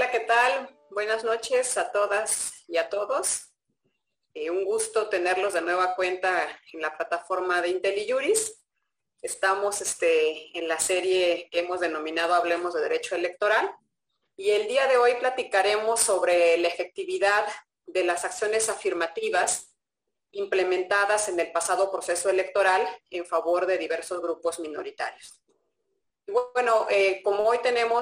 Hola, ¿qué tal? Buenas noches a todas y a todos. Un gusto tenerlos de nueva cuenta en la plataforma de IntelliJuris. Estamos en la serie que hemos denominado Hablemos de Derecho Electoral y el día de hoy platicaremos sobre la efectividad de las acciones afirmativas implementadas en el pasado proceso electoral en favor de diversos grupos minoritarios. Y bueno, como hoy tenemos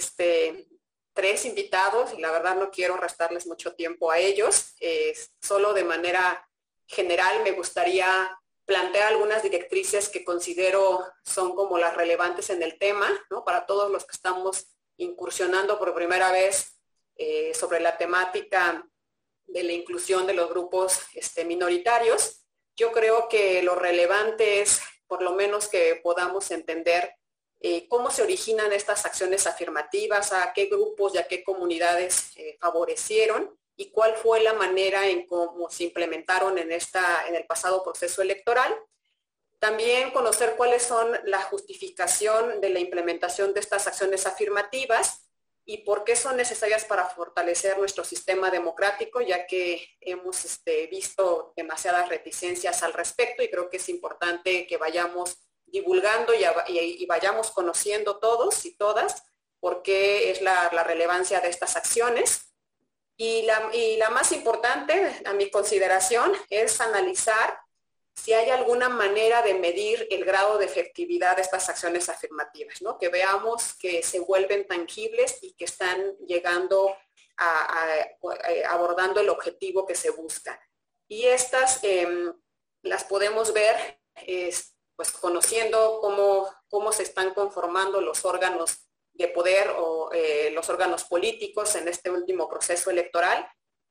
tres invitados y la verdad no quiero restarles mucho tiempo a ellos, solo de manera general me gustaría plantear algunas directrices que considero son como las relevantes en el tema, ¿no? Para todos los que estamos incursionando por primera vez sobre la temática de la inclusión de los grupos minoritarios. Yo creo que lo relevante es por lo menos que podamos entender cómo se originan estas acciones afirmativas, a qué grupos y a qué comunidades favorecieron y cuál fue la manera en cómo se implementaron en el pasado proceso electoral. También conocer cuáles son la justificación de la implementación de estas acciones afirmativas y por qué son necesarias para fortalecer nuestro sistema democrático, ya que hemos visto demasiadas reticencias al respecto y creo que es importante que vayamos divulgando y vayamos conociendo todos y todas por qué es la relevancia de estas acciones. Y la más importante, a mi consideración, es analizar si hay alguna manera de medir el grado de efectividad de estas acciones afirmativas, ¿no? Que veamos que se vuelven tangibles y que están llegando abordando el objetivo que se busca. Y estas las podemos ver pues conociendo cómo se están conformando los órganos de poder o los órganos políticos en este último proceso electoral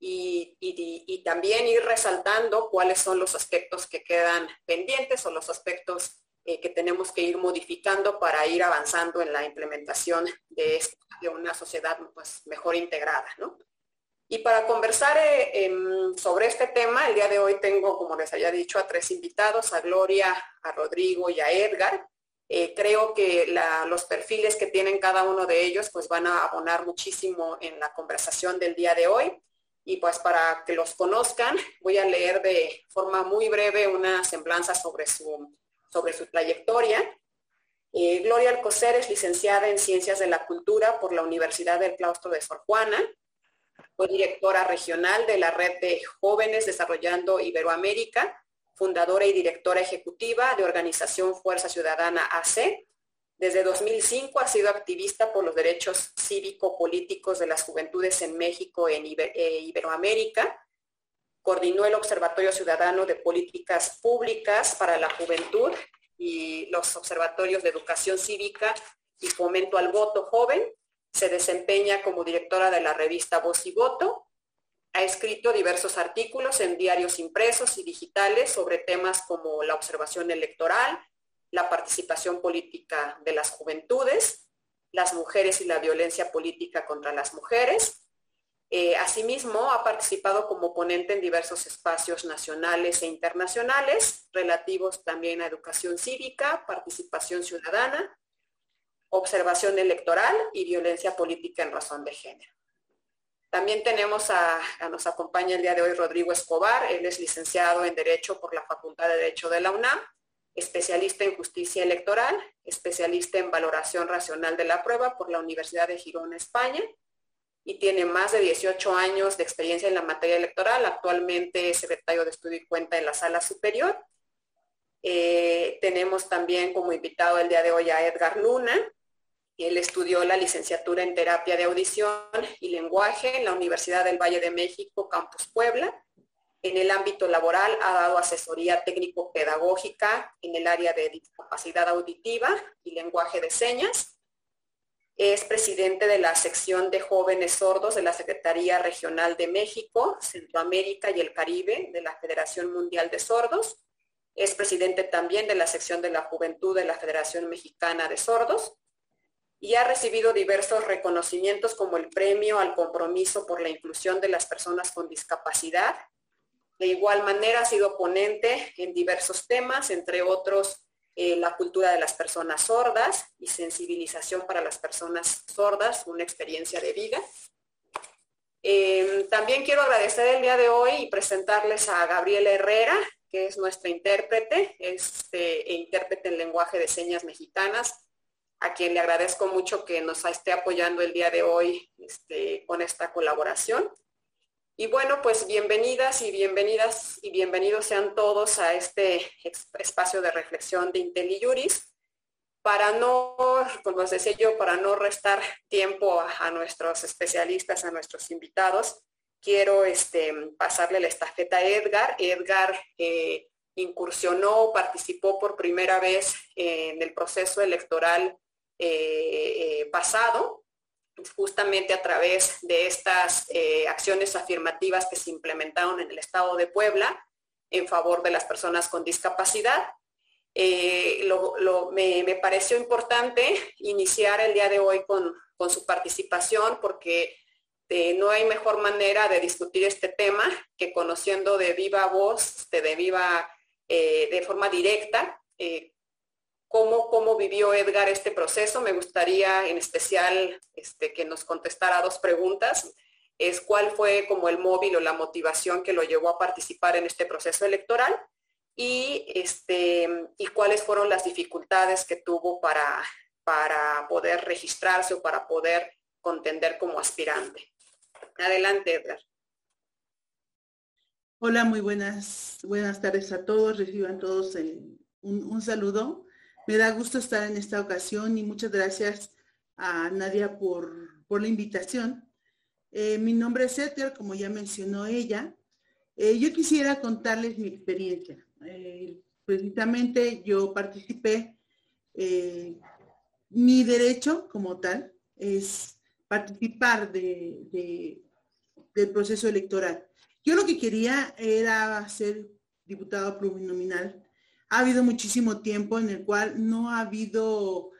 y también ir resaltando cuáles son los aspectos que quedan pendientes o los aspectos que tenemos que ir modificando para ir avanzando en la implementación de una sociedad pues, mejor integrada, ¿no? Y para conversar sobre este tema, el día de hoy tengo, como les había dicho, a tres invitados, a Gloria, a Rodrigo y a Edgar. Creo que los perfiles que tienen cada uno de ellos pues van a abonar muchísimo en la conversación del día de hoy. Y pues para que los conozcan, voy a leer de forma muy breve una semblanza sobre su trayectoria. Gloria Alcocer es licenciada en Ciencias de la Cultura por la Universidad del Claustro de Sor Juana. Fue directora regional de la Red de Jóvenes Desarrollando Iberoamérica, fundadora y directora ejecutiva de Organización Fuerza Ciudadana AC. Desde 2005 ha sido activista por los derechos cívico-políticos de las juventudes en México e Iberoamérica. Coordinó el Observatorio Ciudadano de Políticas Públicas para la Juventud y los observatorios de Educación Cívica y Fomento al Voto Joven. Se desempeña como directora de la revista Voz y Voto. Ha escrito diversos artículos en diarios impresos y digitales sobre temas como la observación electoral, la participación política de las juventudes, las mujeres y la violencia política contra las mujeres. Asimismo, ha participado como ponente en diversos espacios nacionales e internacionales relativos también a educación cívica, participación ciudadana, observación electoral y violencia política en razón de género. También nos acompaña el día de hoy Rodrigo Escobar. Él es licenciado en Derecho por la Facultad de Derecho de la UNAM, especialista en Justicia Electoral, especialista en Valoración Racional de la Prueba por la Universidad de Girona, España, y tiene más de 18 años de experiencia en la materia electoral. Actualmente es secretario de Estudio y Cuenta en la Sala Superior. Tenemos también como invitado el día de hoy a Edgar Luna. Él estudió la licenciatura en Terapia de Audición y Lenguaje en la Universidad del Valle de México, Campus Puebla. En el ámbito laboral ha dado asesoría técnico-pedagógica en el área de discapacidad auditiva y lenguaje de señas. Es presidente de la sección de jóvenes sordos de la Secretaría Regional de México, Centroamérica y el Caribe de la Federación Mundial de Sordos. Es presidente también de la sección de la Juventud de la Federación Mexicana de Sordos. Y ha recibido diversos reconocimientos como el Premio al Compromiso por la Inclusión de las Personas con Discapacidad. De igual manera ha sido ponente en diversos temas, entre otros la cultura de las personas sordas y sensibilización para las personas sordas, una experiencia de vida. También quiero agradecer el día de hoy y presentarles a Gabriela Herrera, que es nuestra intérprete, intérprete en lenguaje de señas mexicanas, a quien le agradezco mucho que nos esté apoyando el día de hoy con esta colaboración. Y bueno, pues bienvenidas y bienvenidos sean todos a este espacio de reflexión de IntelliJuris. Para no, como les decía yo, para no restar tiempo a nuestros especialistas, a nuestros invitados, quiero pasarle la estafeta a Edgar. Edgar incursionó, participó por primera vez en el proceso electoral pasado, justamente a través de estas acciones afirmativas que se implementaron en el estado de Puebla en favor de las personas con discapacidad. Me pareció importante iniciar el día de hoy con su participación porque no hay mejor manera de discutir este tema que conociendo de viva voz, de forma directa, cómo vivió Edgar este proceso. Me gustaría en especial que nos contestara dos preguntas. ¿Cuál fue como el móvil o la motivación que lo llevó a participar en este proceso electoral? Y cuáles fueron las dificultades que tuvo para poder registrarse o para poder contender como aspirante. Adelante, Edgar. Hola, muy buenas tardes a todos. Reciban todos un saludo. Me da gusto estar en esta ocasión y muchas gracias a Nadia por la invitación. Mi nombre es Edgar, como ya mencionó ella. Yo quisiera contarles mi experiencia. Precisamente yo participé, mi derecho como tal es participar del proceso electoral. Yo lo que quería era ser diputado plurinominal. Ha habido muchísimo tiempo en el cual no ha habido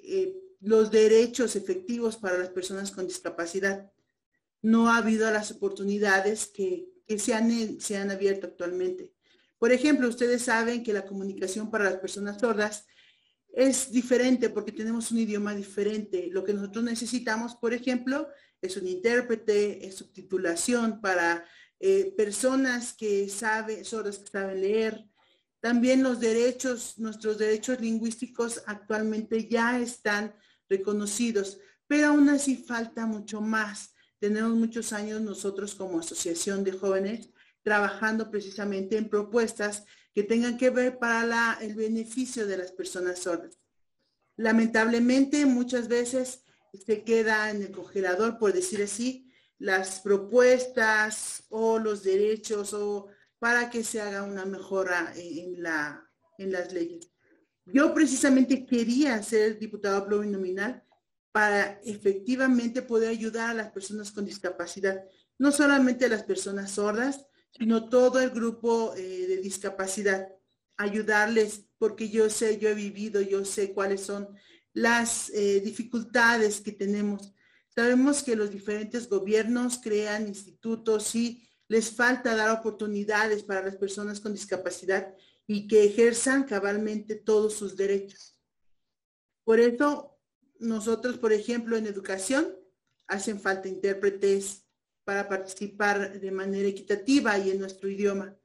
los derechos efectivos para las personas con discapacidad. No ha habido las oportunidades que se han abierto actualmente. Por ejemplo, ustedes saben que la comunicación para las personas sordas es diferente porque tenemos un idioma diferente. Lo que nosotros necesitamos, por ejemplo, es un intérprete, es subtitulación para personas sordas que saben leer. También nuestros derechos lingüísticos actualmente ya están reconocidos, pero aún así falta mucho más. Tenemos muchos años nosotros como asociación de jóvenes trabajando precisamente en propuestas que tengan que ver para el beneficio de las personas sordas. Lamentablemente, muchas veces se queda en el congelador, por decir así, las propuestas o los derechos o para que se haga una mejora en las leyes. Yo precisamente quería ser diputada plurinominal para efectivamente poder ayudar a las personas con discapacidad, no solamente a las personas sordas, sino todo el grupo de discapacidad, ayudarles, porque yo he vivido, yo sé cuáles son las dificultades que tenemos. Sabemos que los diferentes gobiernos crean institutos y les falta dar oportunidades para las personas con discapacidad y que ejerzan cabalmente todos sus derechos. Por eso, nosotros, por ejemplo, en educación, hacen falta intérpretes para participar de manera equitativa y en nuestro idioma.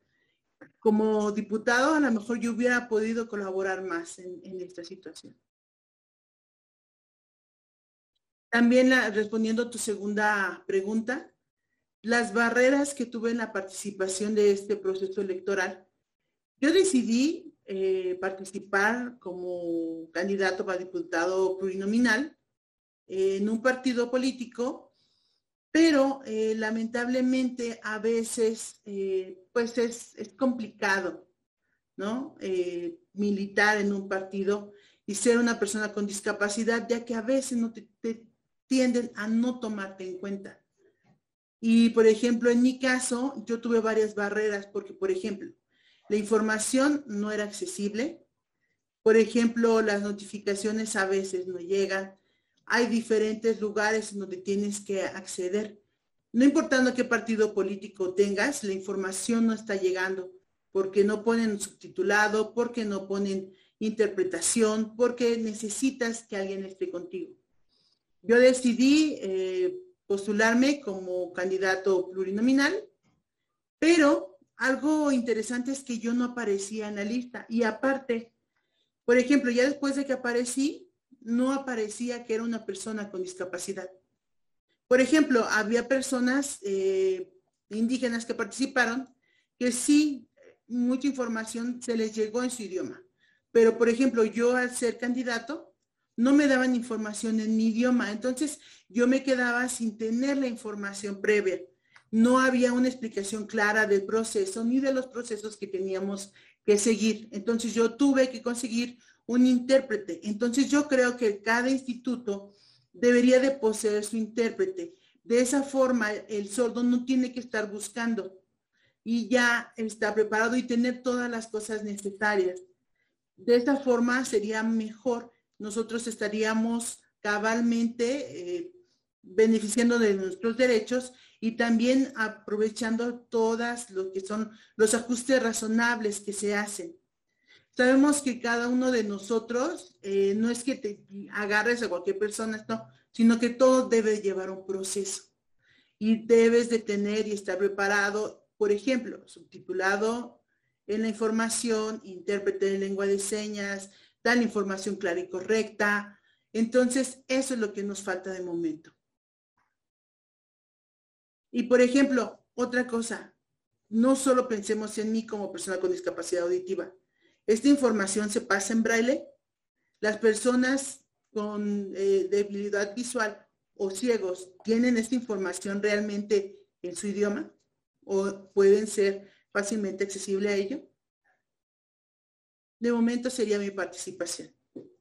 Como diputado, a lo mejor yo hubiera podido colaborar más en esta situación. También respondiendo a tu segunda pregunta, las barreras que tuve en la participación de este proceso electoral. Yo decidí participar como candidato para diputado plurinominal en un partido político, pero lamentablemente a veces pues es complicado, ¿no? Militar en un partido y ser una persona con discapacidad, ya que a veces no te tienden a no tomarte en cuenta. Y por ejemplo, en mi caso, yo tuve varias barreras porque, por ejemplo, la información no era accesible. Por ejemplo, las notificaciones a veces no llegan. Hay diferentes lugares en donde tienes que acceder. No importando qué partido político tengas, la información no está llegando porque no ponen subtitulado, porque no ponen interpretación, porque necesitas que alguien esté contigo. Yo decidí postularme como candidato plurinominal, pero algo interesante es que yo no aparecía en la lista. Y aparte, por ejemplo, ya después de que aparecí, no aparecía que era una persona con discapacidad. Por ejemplo, había personas indígenas que participaron que sí, mucha información se les llegó en su idioma. Pero, por ejemplo, yo al ser candidato, no me daban información en mi idioma. Entonces, yo me quedaba sin tener la información previa. No había una explicación clara del proceso ni de los procesos que teníamos que seguir. Entonces, yo tuve que conseguir un intérprete. Entonces, yo creo que cada instituto debería de poseer su intérprete. De esa forma, el sordo no tiene que estar buscando y ya está preparado y tener todas las cosas necesarias. De esta forma sería mejor. Nosotros estaríamos cabalmente beneficiando de nuestros derechos y también aprovechando todas lo que son los ajustes razonables que se hacen. Sabemos que cada uno de nosotros no es que te agarres a cualquier persona, no, sino que todo debe llevar un proceso y debes de tener y estar preparado, por ejemplo, subtitulado en la información, intérprete de lengua de señas, dar la información clara y correcta. Entonces, eso es lo que nos falta de momento. Y, por ejemplo, otra cosa, no solo pensemos en mí como persona con discapacidad auditiva. Esta información se pasa en braille. Las personas con debilidad visual o ciegos tienen esta información realmente en su idioma o pueden ser fácilmente accesible a ello. De momento sería mi participación.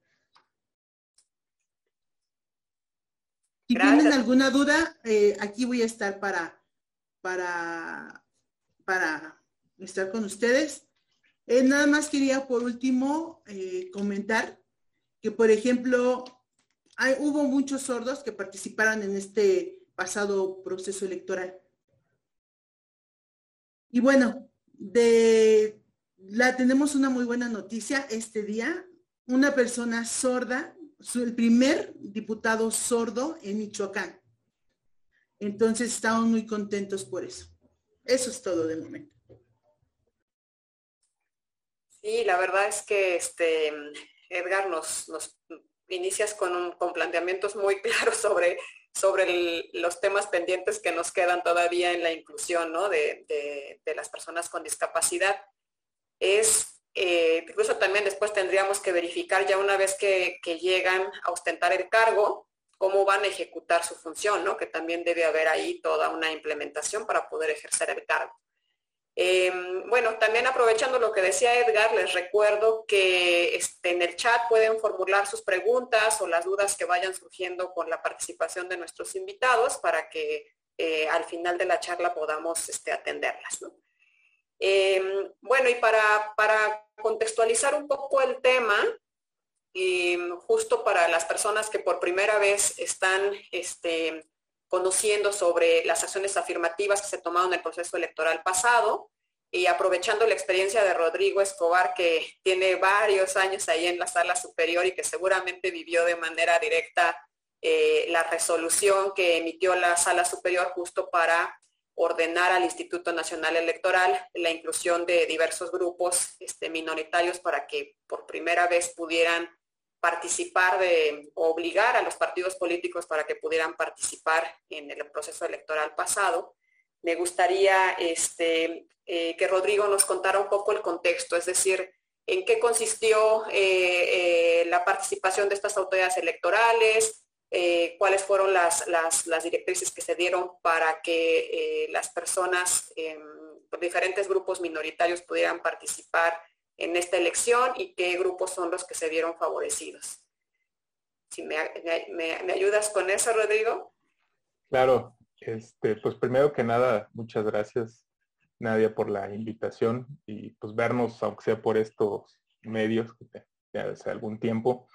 Si Gracias. tienen alguna duda, aquí voy a estar para estar con ustedes. Nada más quería por último comentar que, por ejemplo, hubo muchos sordos que participaron en este pasado proceso electoral. Y bueno, tenemos una muy buena noticia este día. Una persona sorda, el primer diputado sordo en Michoacán. Entonces estamos muy contentos por eso. Eso es todo de momento. Sí, la verdad es que Edgar nos inicias con planteamientos muy claros sobre los temas pendientes que nos quedan todavía en la inclusión, ¿no? de las personas con discapacidad. Incluso también después tendríamos que verificar ya una vez que llegan a ostentar el cargo, cómo van a ejecutar su función, ¿no? Que también debe haber ahí toda una implementación para poder ejercer el cargo. Bueno, también aprovechando lo que decía Edgar, les recuerdo que en el chat pueden formular sus preguntas o las dudas que vayan surgiendo con la participación de nuestros invitados para que al final de la charla podamos atenderlas, ¿no? Bueno, y para contextualizar un poco el tema, justo para las personas que por primera vez están conociendo sobre las acciones afirmativas que se tomaron en el proceso electoral pasado y aprovechando la experiencia de Rodrigo Escobar, que tiene varios años ahí en la sala superior y que seguramente vivió de manera directa la resolución que emitió la sala superior justo para ordenar al Instituto Nacional Electoral la inclusión de diversos grupos minoritarios para que por primera vez pudieran participar o obligar a los partidos políticos para que pudieran participar en el proceso electoral pasado. Me gustaría que Rodrigo nos contara un poco el contexto, es decir, en qué consistió la participación de estas autoridades electorales, cuáles fueron las directrices que se dieron para que las personas, diferentes grupos minoritarios pudieran participar en esta elección y qué grupos son los que se vieron favorecidos. Si me ayudas con eso, Rodrigo. Claro, pues primero que nada, muchas gracias, Nadia, por la invitación y pues vernos, aunque sea por estos medios, ya hace algún tiempo.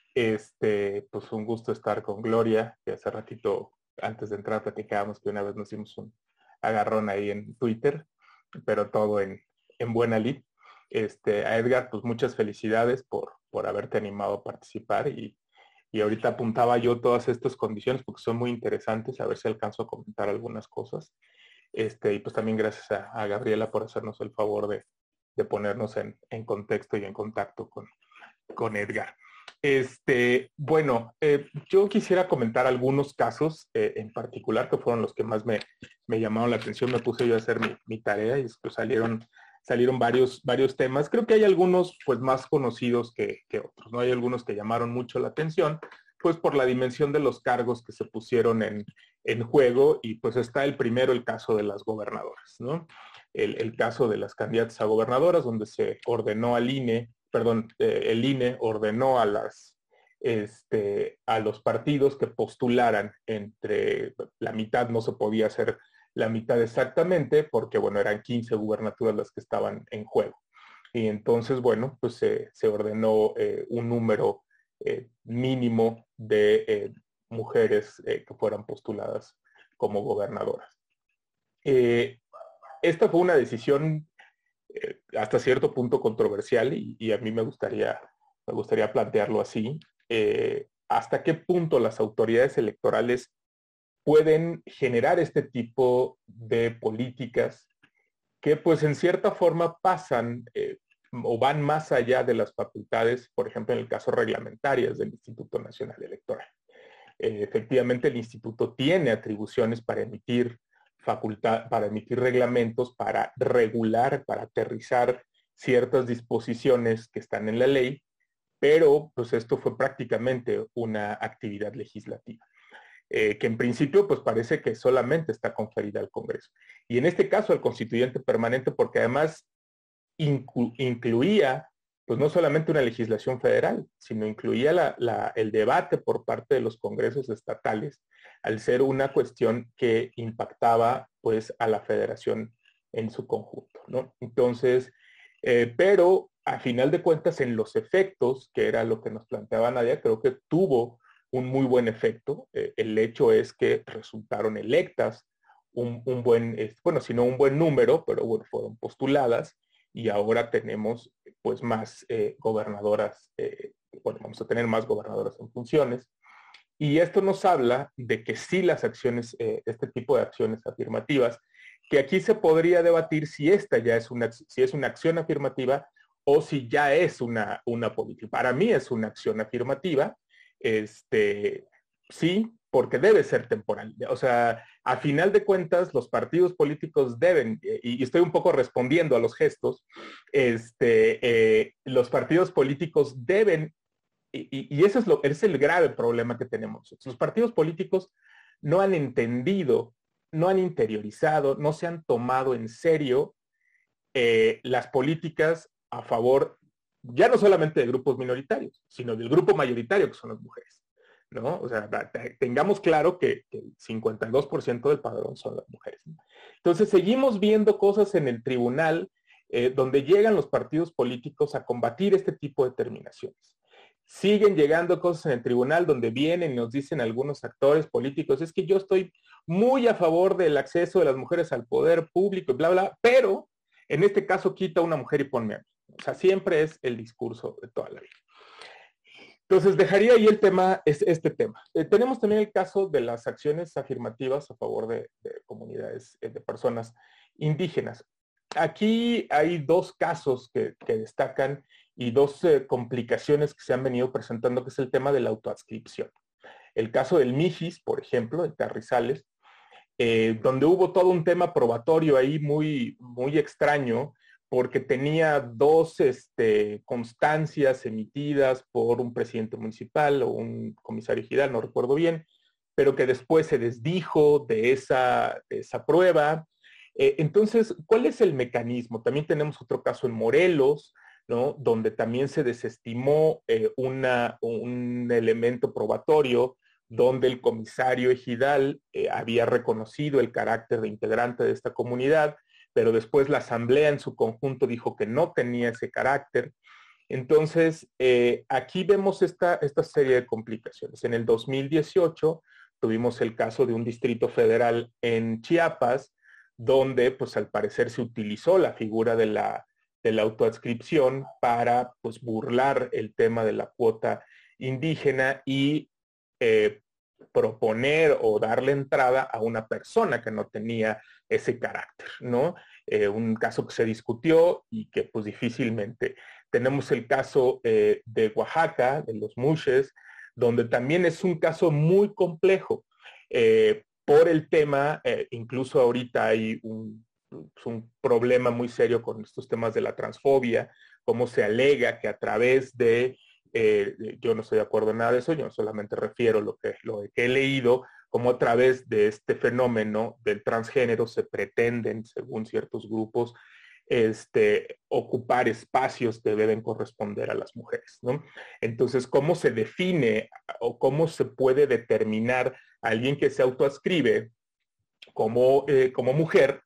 Pues un gusto estar con Gloria, que hace ratito, antes de entrar, platicábamos que una vez nos dimos un agarrón ahí en Twitter, pero todo en buena lid. A Edgar, pues muchas felicidades por haberte animado a participar y Y ahorita apuntaba yo todas estas condiciones porque son muy interesantes, a ver si alcanzo a comentar algunas cosas. Y pues también gracias a Gabriela por hacernos el favor de ponernos en contexto y en contacto con Edgar. Bueno, yo quisiera comentar algunos casos en particular que fueron los que más me llamaron la atención. Me puse yo a hacer mi tarea y pues salieron varios temas. Creo que hay algunos pues más conocidos que otros, ¿no? Hay algunos que llamaron mucho la atención, pues por la dimensión de los cargos que se pusieron en juego, y pues está el primero, el caso de las gobernadoras, ¿no? El caso de las candidatas a gobernadoras, donde se ordenó al INE, el INE ordenó a los partidos que postularan entre la mitad, no se podía hacer la mitad exactamente, porque bueno, eran 15 gubernaturas las que estaban en juego. Y entonces, bueno, pues se ordenó un número mínimo de mujeres que fueran postuladas como gobernadoras. Esta fue una decisión hasta cierto punto controversial y a mí me gustaría plantearlo así. ¿Hasta qué punto las autoridades electorales pueden generar este tipo de políticas que pues en cierta forma pasan o van más allá de las facultades, por ejemplo, en el caso reglamentarias del Instituto Nacional Electoral? Efectivamente, el instituto tiene atribuciones para emitir reglamentos, para regular, para aterrizar ciertas disposiciones que están en la ley, pero pues esto fue prácticamente una actividad legislativa. Que en principio pues parece que solamente está conferida al Congreso. Y en este caso al constituyente permanente, porque además incluía pues no solamente una legislación federal, sino incluía el debate por parte de los congresos estatales, al ser una cuestión que impactaba pues a la federación en su conjunto, ¿no? Entonces, pero a final de cuentas en los efectos, que era lo que nos planteaba Nadia, creo que tuvo un muy buen efecto. El hecho es que resultaron electas un buen, bueno, si no un buen número, pero bueno, fueron postuladas, y ahora tenemos pues más gobernadoras, bueno, vamos a tener más gobernadoras en funciones. Y esto nos habla de que sí las acciones, este tipo de acciones afirmativas, que aquí se podría debatir si esta ya es una acción afirmativa o si ya es una política. Para mí es una acción afirmativa, sí, porque debe ser temporal. O sea, a final de cuentas, los partidos políticos deben, y estoy un poco respondiendo a los gestos, los partidos políticos deben, y eso es el grave problema que tenemos. Los partidos políticos no han entendido, no han interiorizado, no se han tomado en serio las políticas a favor, ya no solamente de grupos minoritarios, sino del grupo mayoritario, que son las mujeres, ¿no? O sea, tengamos claro que el 52% del padrón son las mujeres, ¿no? Entonces, seguimos viendo cosas en el tribunal donde llegan los partidos políticos a combatir este tipo de determinaciones. Siguen llegando cosas en el tribunal donde vienen y nos dicen algunos actores políticos, es que yo estoy muy a favor del acceso de las mujeres al poder público y bla, bla, pero en este caso quita a una mujer y ponme a mí. O sea, siempre es el discurso de toda la vida. Entonces, dejaría ahí este tema. Tenemos también el caso de las acciones afirmativas a favor de comunidades, de personas indígenas. Aquí hay dos casos que destacan y dos complicaciones que se han venido presentando, que es el tema de la autoadscripción. El caso del Mijis, por ejemplo, de Carrizales, donde hubo todo un tema probatorio ahí muy, muy extraño, porque tenía dos constancias emitidas por un presidente municipal o un comisario ejidal, no recuerdo bien, pero que después se desdijo de esa prueba. Entonces, ¿cuál es el mecanismo? También tenemos otro caso en Morelos, ¿no? Donde también se desestimó un elemento probatorio donde el comisario ejidal había reconocido el carácter de integrante de esta comunidad, pero después la asamblea en su conjunto dijo que no tenía ese carácter. Entonces, aquí vemos esta serie de complicaciones. En el 2018 tuvimos el caso de un distrito federal en Chiapas, donde pues al parecer se utilizó la figura de la autoadscripción para pues burlar el tema de la cuota indígena y proponer o darle entrada a una persona que no tenía ese carácter, ¿no? Un caso que se discutió y que pues difícilmente. Tenemos el caso de Oaxaca, de los Muxes, donde también es un caso muy complejo por el tema, incluso ahorita hay un problema muy serio con estos temas de la transfobia, cómo se alega que a través de yo no estoy de acuerdo en nada de eso, yo solamente refiero lo que he leído, como a través de este fenómeno del transgénero se pretenden, según ciertos grupos, ocupar espacios que deben corresponder a las mujeres, ¿no? Entonces, ¿cómo se define o cómo se puede determinar a alguien que se autoascribe como mujer?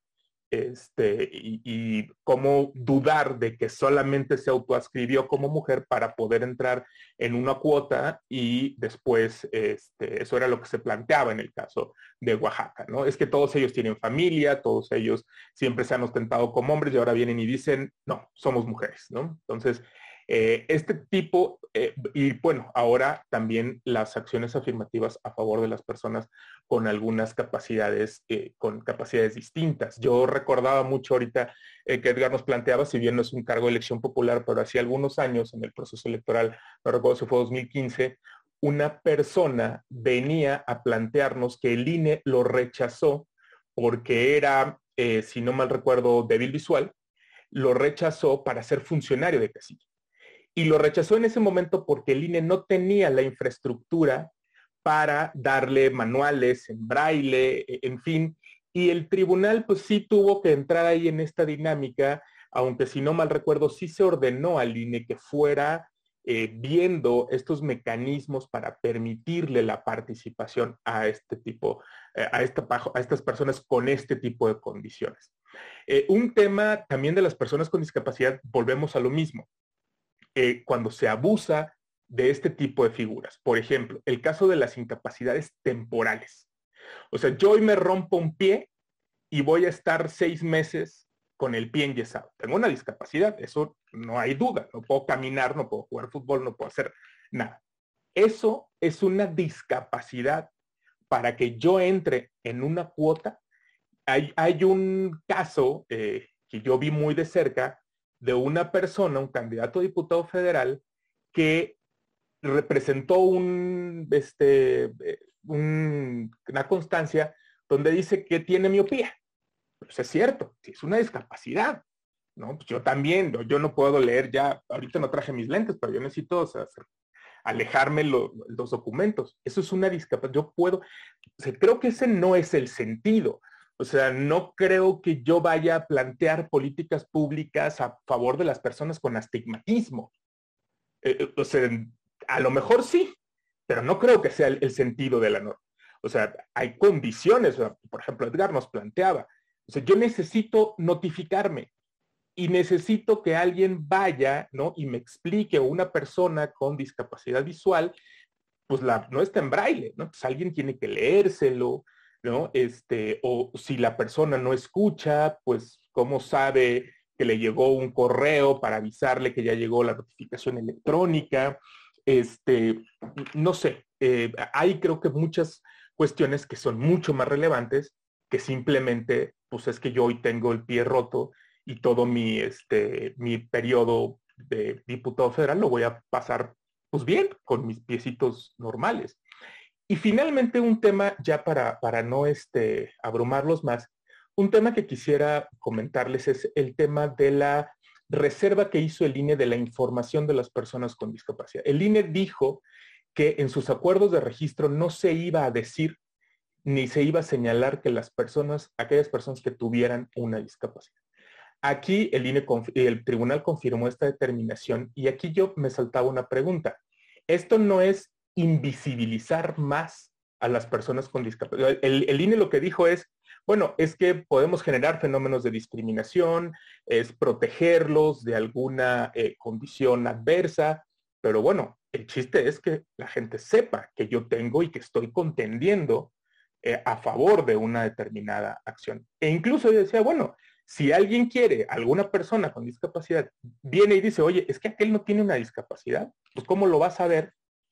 Y cómo dudar de que solamente se autoascribió como mujer para poder entrar en una cuota y después eso era lo que se planteaba en el caso de Oaxaca, ¿no? Es que todos ellos tienen familia, todos ellos siempre se han ostentado como hombres y ahora vienen y dicen, no, somos mujeres, ¿no? Entonces, este tipo, y bueno, ahora también las acciones afirmativas a favor de las personas con algunas capacidades, con capacidades distintas. Yo recordaba mucho ahorita que Edgar nos planteaba, si bien no es un cargo de elección popular, pero hace algunos años en el proceso electoral, no recuerdo si fue 2015, una persona venía a plantearnos que el INE lo rechazó porque era, si no mal recuerdo, débil visual, lo rechazó para ser funcionario de casilla. Y lo rechazó en ese momento porque el INE no tenía la infraestructura para darle manuales en braille, en fin. Y el tribunal pues sí tuvo que entrar ahí en esta dinámica, aunque si no mal recuerdo sí se ordenó al INE que fuera viendo estos mecanismos para permitirle la participación a este tipo, a estas personas con este tipo de condiciones. Un tema también de las personas con discapacidad, volvemos a lo mismo. Cuando se abusa de este tipo de figuras. Por ejemplo, el caso de las incapacidades temporales. O sea, yo hoy me rompo un pie y voy a estar 6 meses con el pie enyesado. Tengo una discapacidad, eso no hay duda. No puedo caminar, no puedo jugar fútbol, no puedo hacer nada. Eso es una discapacidad para que yo entre en una cuota. Hay un caso que yo vi muy de cerca de una persona, un candidato a diputado federal, que representó una constancia donde dice que tiene miopía. Pues es cierto, es una discapacidad, ¿no? Pues yo también, yo no puedo leer ya, ahorita no traje mis lentes, pero yo necesito, o sea, alejarme los documentos. Eso es una discapacidad. Yo puedo, o sea, creo que ese no es el sentido. O sea, no creo que yo vaya a plantear políticas públicas a favor de las personas con astigmatismo. O sea, a lo mejor sí, pero no creo que sea el sentido de la norma. O sea, hay condiciones, o sea, por ejemplo, Edgar nos planteaba, o sea, yo necesito notificarme y necesito que alguien vaya, ¿no? Y me explique, o una persona con discapacidad visual, pues no está en braille, ¿no? Pues alguien tiene que leérselo, ¿no? O si la persona no escucha, pues cómo sabe que le llegó un correo para avisarle que ya llegó la notificación electrónica, no sé, hay creo que muchas cuestiones que son mucho más relevantes que simplemente, pues es que yo hoy tengo el pie roto y todo mi periodo de diputado federal lo voy a pasar pues bien, con mis piecitos normales. Y finalmente un tema, ya para no abrumarlos más, un tema que quisiera comentarles es el tema de la reserva que hizo el INE de la información de las personas con discapacidad. El INE dijo que en sus acuerdos de registro no se iba a decir ni se iba a señalar que aquellas personas que tuvieran una discapacidad. Aquí el tribunal confirmó esta determinación y aquí yo me saltaba una pregunta. Esto no es invisibilizar más a las personas con discapacidad. El INE lo que dijo es, bueno, es que podemos generar fenómenos de discriminación, es protegerlos de alguna condición adversa, pero bueno, el chiste es que la gente sepa que yo tengo y que estoy contendiendo a favor de una determinada acción. E incluso yo decía, bueno, si alguien quiere, alguna persona con discapacidad, viene y dice, oye, es que aquel no tiene una discapacidad, pues ¿cómo lo vas a ver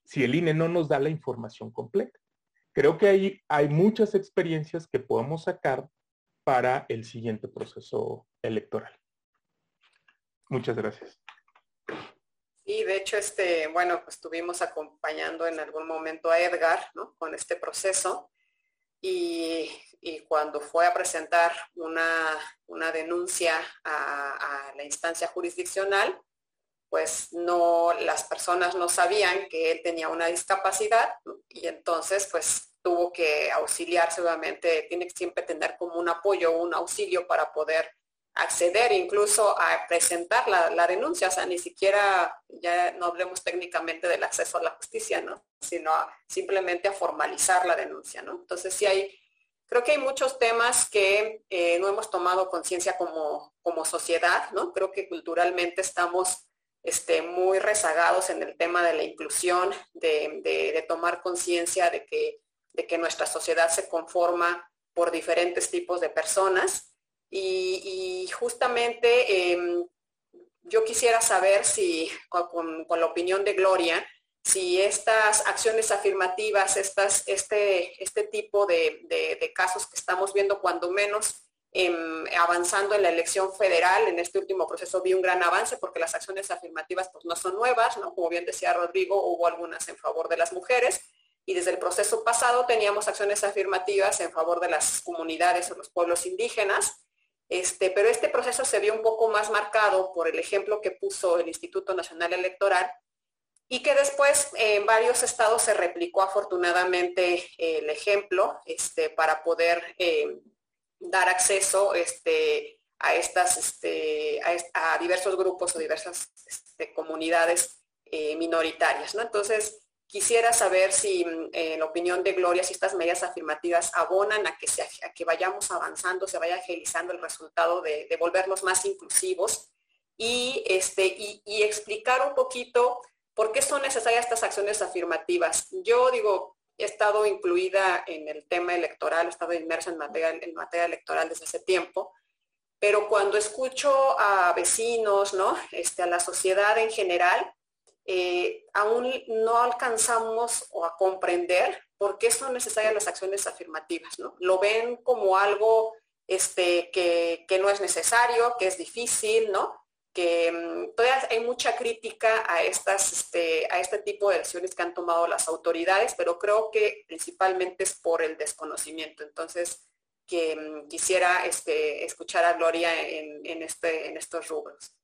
si el INE no nos da la información completa. Creo que hay muchas experiencias que podemos sacar para el siguiente proceso electoral. Muchas gracias. Y de hecho, bueno, pues estuvimos acompañando en algún momento a Edgar, ¿no? Con este proceso. Y cuando fue a presentar una denuncia a la instancia jurisdiccional, pues no, las personas no sabían que él tenía una discapacidad, ¿no? Y entonces pues tuvo que auxiliarse, obviamente tiene que siempre tener como un apoyo, un auxilio para poder acceder incluso a presentar la denuncia, o sea, ni siquiera, ya no hablemos técnicamente del acceso a la justicia, ¿no? Sino simplemente a formalizar la denuncia, ¿no? Entonces sí creo que hay muchos temas que no hemos tomado conciencia como sociedad, ¿no? Creo que culturalmente estamos muy rezagados en el tema de la inclusión, de tomar conciencia de que nuestra sociedad se conforma por diferentes tipos de personas. Y justamente yo quisiera saber si, con la opinión de Gloria, si estas acciones afirmativas, este tipo de casos que estamos viendo, cuando menos avanzando en la elección federal, en este último proceso vi un gran avance porque las acciones afirmativas pues no son nuevas, ¿no? Como bien decía Rodrigo, hubo algunas en favor de las mujeres, y desde el proceso pasado teníamos acciones afirmativas en favor de las comunidades o los pueblos indígenas. Pero este proceso se vio un poco más marcado por el ejemplo que puso el Instituto Nacional Electoral, y que después en varios estados se replicó afortunadamente el ejemplo para poder dar acceso a diversos grupos o diversas comunidades minoritarias, ¿no? Entonces, quisiera saber si, en la opinión de Gloria, si estas medidas afirmativas abonan a que vayamos avanzando, se vaya agilizando el resultado de volvernos más inclusivos y explicar un poquito por qué son necesarias estas acciones afirmativas. Yo digo, he estado incluida en el tema electoral, he estado inmersa en materia electoral desde hace tiempo, pero cuando escucho a vecinos, ¿no? A la sociedad en general, aún no alcanzamos a comprender por qué son necesarias las acciones afirmativas, ¿no? Lo ven como algo que no es necesario, que es difícil, ¿no? Que todavía hay mucha crítica a este tipo de decisiones que han tomado las autoridades, pero creo que principalmente es por el desconocimiento. Entonces, quisiera escuchar a Gloria en estos rubros.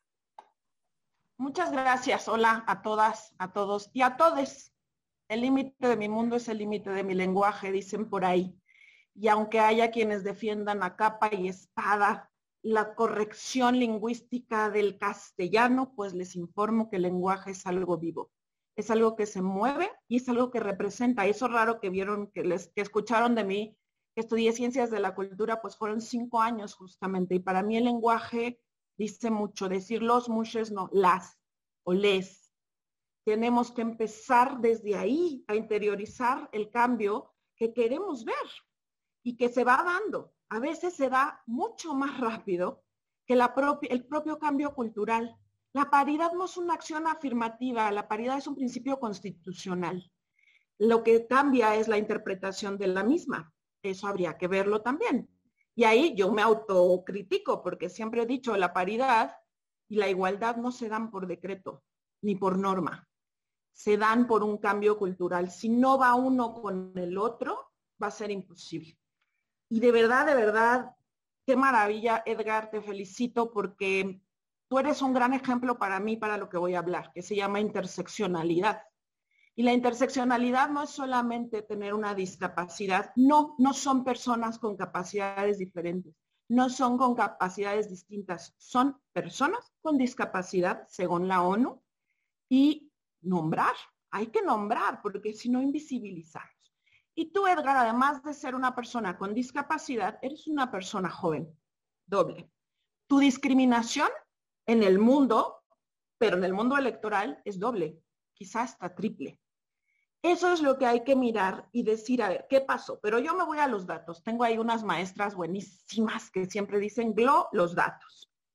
Muchas gracias. Hola a todas, a todos y a todes. El límite de mi mundo es el límite de mi lenguaje, dicen por ahí. Y aunque haya quienes defiendan a capa y espada la corrección lingüística del castellano, pues les informo que el lenguaje es algo vivo. Es algo que se mueve y es algo que representa. Eso raro que vieron, que escucharon de mí, que estudié Ciencias de la Cultura, pues fueron 5 años justamente. Y para mí el lenguaje dice mucho, decir los, muchos, no, las o les. Tenemos que empezar desde ahí a interiorizar el cambio que queremos ver y que se va dando. A veces se da mucho más rápido que el propio cambio cultural. La paridad no es una acción afirmativa, la paridad es un principio constitucional. Lo que cambia es la interpretación de la misma. Eso habría que verlo también. Y ahí yo me autocritico porque siempre he dicho la paridad y la igualdad no se dan por decreto ni por norma. Se dan por un cambio cultural. Si no va uno con el otro, va a ser imposible. Y de verdad, qué maravilla, Edgar, te felicito porque tú eres un gran ejemplo para mí, para lo que voy a hablar, que se llama interseccionalidad. Y la interseccionalidad no es solamente tener una discapacidad, no son personas con capacidades diferentes, no son con capacidades distintas, son personas con discapacidad, según la ONU, y nombrar, hay que nombrar, porque si no invisibilizamos. Y tú, Edgar, además de ser una persona con discapacidad, eres una persona joven, doble. Tu discriminación en el mundo, pero en el mundo electoral, es doble, quizás hasta triple. Eso es lo que hay que mirar y decir, a ver, ¿qué pasó? Pero yo me voy a los datos. Tengo ahí unas maestras buenísimas que siempre dicen, Glo, los datos.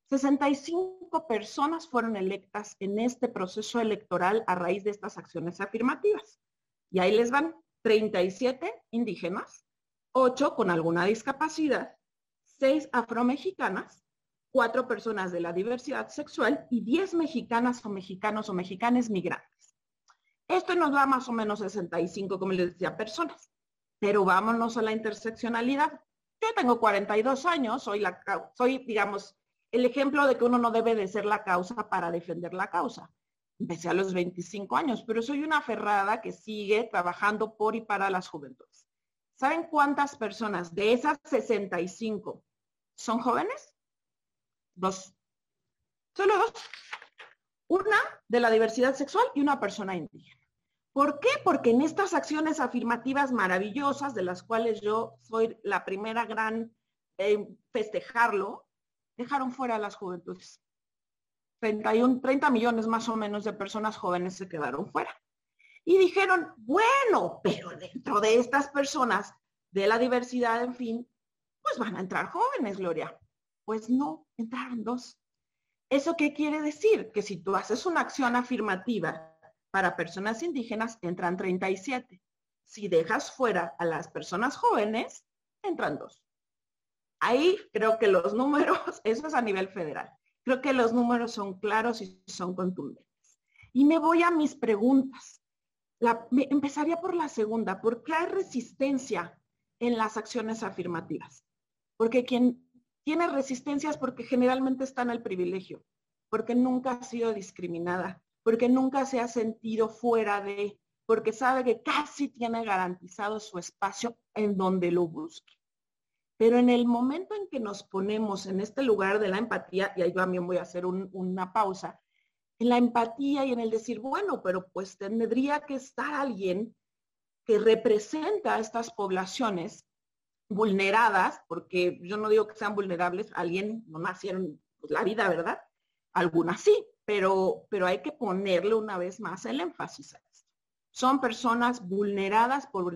65 personas fueron electas en este proceso electoral a raíz de estas acciones afirmativas. Y ahí les van 37 indígenas, 8 con alguna discapacidad, 6 afromexicanas, 4 personas de la diversidad sexual y 10 mexicanas o mexicanos o mexicanas migrantes. Esto nos da más o menos 65, como les decía, personas. Pero vámonos a la interseccionalidad. Yo tengo 42 años, soy, digamos, el ejemplo de que uno no debe de ser la causa para defender la causa. Empecé a los 25 años, pero soy una aferrada que sigue trabajando por y para las juventudes. ¿Saben cuántas personas de esas 65 son jóvenes? 2. Solo 2. Una de la diversidad sexual y una persona indígena. ¿Por qué? Porque en estas acciones afirmativas maravillosas, de las cuales yo soy la primera gran festejarlo, dejaron fuera a las juventudes. 30 millones más o menos de personas jóvenes se quedaron fuera. Y dijeron, bueno, pero dentro de estas personas de la diversidad, en fin, pues van a entrar jóvenes, Gloria. Pues no, entraron 2. ¿Eso qué quiere decir? Que si tú haces una acción afirmativa para personas indígenas, entran 37. Si dejas fuera a las personas jóvenes, entran 2. Ahí creo que los números, eso es a nivel federal, creo que los números son claros y son contundentes. Y me voy a mis preguntas. Empezaría por la segunda. ¿Por qué hay resistencia en las acciones afirmativas? Porque quien tiene resistencia es porque generalmente está en el privilegio, porque nunca ha sido discriminada, porque nunca se ha sentido fuera de, porque sabe que casi tiene garantizado su espacio en donde lo busque. Pero en el momento en que nos ponemos en este lugar de la empatía, y ahí yo también voy a hacer una pausa, en la empatía y en el decir, bueno, pero pues tendría que estar alguien que representa a estas poblaciones vulneradas, porque yo no digo que sean vulnerables, alguien no nacieron pues, la vida, ¿verdad? Algunas sí, pero hay que ponerle una vez más el énfasis a esto. Son personas vulneradas por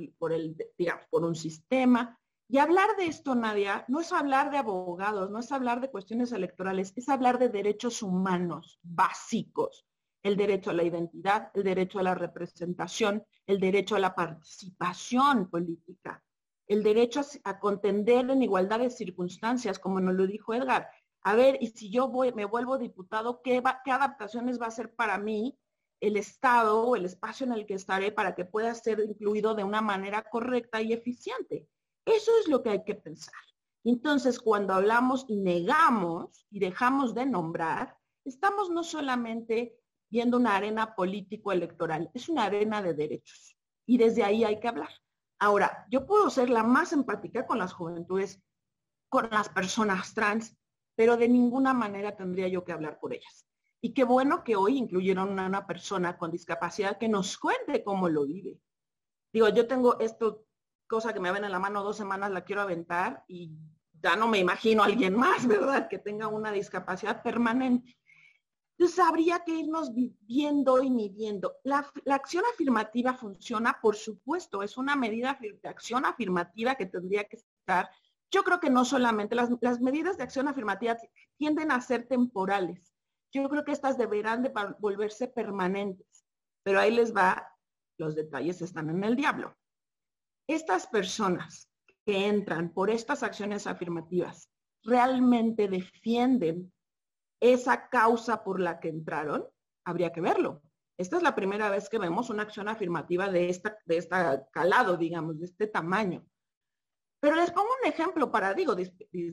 un sistema. Y hablar de esto, Nadia, no es hablar de abogados, no es hablar de cuestiones electorales, es hablar de derechos humanos básicos. El derecho a la identidad, el derecho a la representación, el derecho a la participación política, el derecho a contender en igualdad de circunstancias, como nos lo dijo Edgar. A ver, y si yo me vuelvo diputado, ¿qué adaptaciones va a hacer para mí el Estado o el espacio en el que estaré para que pueda ser incluido de una manera correcta y eficiente? Eso es lo que hay que pensar. Entonces, cuando hablamos y negamos y dejamos de nombrar, estamos no solamente viendo una arena político-electoral, es una arena de derechos. Y desde ahí hay que hablar. Ahora, yo puedo ser la más empática con las juventudes, con las personas trans, pero de ninguna manera tendría yo que hablar por ellas. Y qué bueno que hoy incluyeron a una persona con discapacidad que nos cuente cómo lo vive. Digo, yo tengo esto, cosa que me ven en la mano 2 semanas, la quiero aventar y ya no me imagino a alguien más, ¿verdad? Que tenga una discapacidad permanente. Entonces habría que irnos viendo y midiendo. La acción afirmativa funciona, por supuesto, es una medida de acción afirmativa que tendría que estar. Yo creo que no solamente, las medidas de acción afirmativa tienden a ser temporales. Yo creo que estas deberán de volverse permanentes. Pero ahí les va, los detalles están en el diablo. Estas personas que entran por estas acciones afirmativas realmente defienden esa causa por la que entraron, habría que verlo. Esta es la primera vez que vemos una acción afirmativa de esta calado, digamos, de este tamaño. Pero les pongo un ejemplo para, digamos,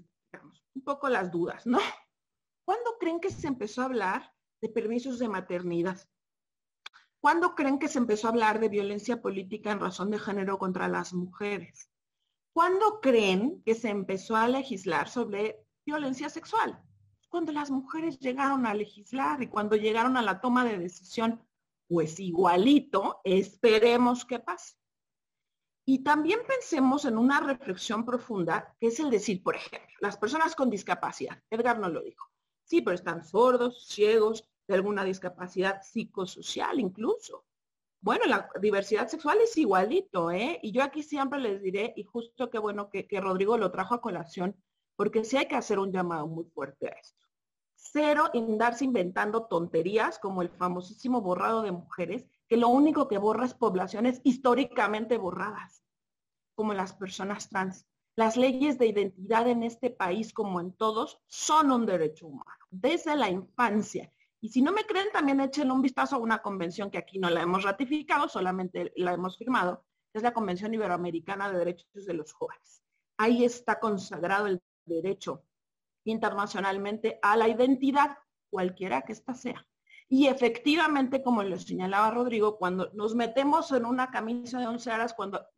un poco las dudas, ¿no? ¿Cuándo creen que se empezó a hablar de permisos de maternidad? ¿Cuándo creen que se empezó a hablar de violencia política en razón de género contra las mujeres? ¿Cuándo creen que se empezó a legislar sobre violencia sexual? Cuando las mujeres llegaron a legislar y cuando llegaron a la toma de decisión, pues igualito, esperemos que pase. Y también pensemos en una reflexión profunda, que es el decir, por ejemplo, las personas con discapacidad, Edgar nos lo dijo, sí, pero están sordos, ciegos, de alguna discapacidad psicosocial incluso. Bueno, la diversidad sexual es igualito, ¿eh? Y yo aquí siempre les diré, y justo qué bueno que Rodrigo lo trajo a colación, porque sí hay que hacer un llamado muy fuerte a esto. cero andarse inventando tonterías como el famosísimo borrado de mujeres, que lo único que borra es poblaciones históricamente borradas, como las personas trans. Las leyes de identidad en este país, como en todos, son un derecho humano, desde la infancia. Y si no me creen, también echen un vistazo a una convención que aquí no la hemos ratificado, solamente la hemos firmado, es la Convención Iberoamericana de Derechos de los Jóvenes. Ahí está consagrado el derecho internacionalmente a la identidad, cualquiera que ésta sea. Y efectivamente, como lo señalaba Rodrigo, cuando nos metemos en una camisa de 11 varas,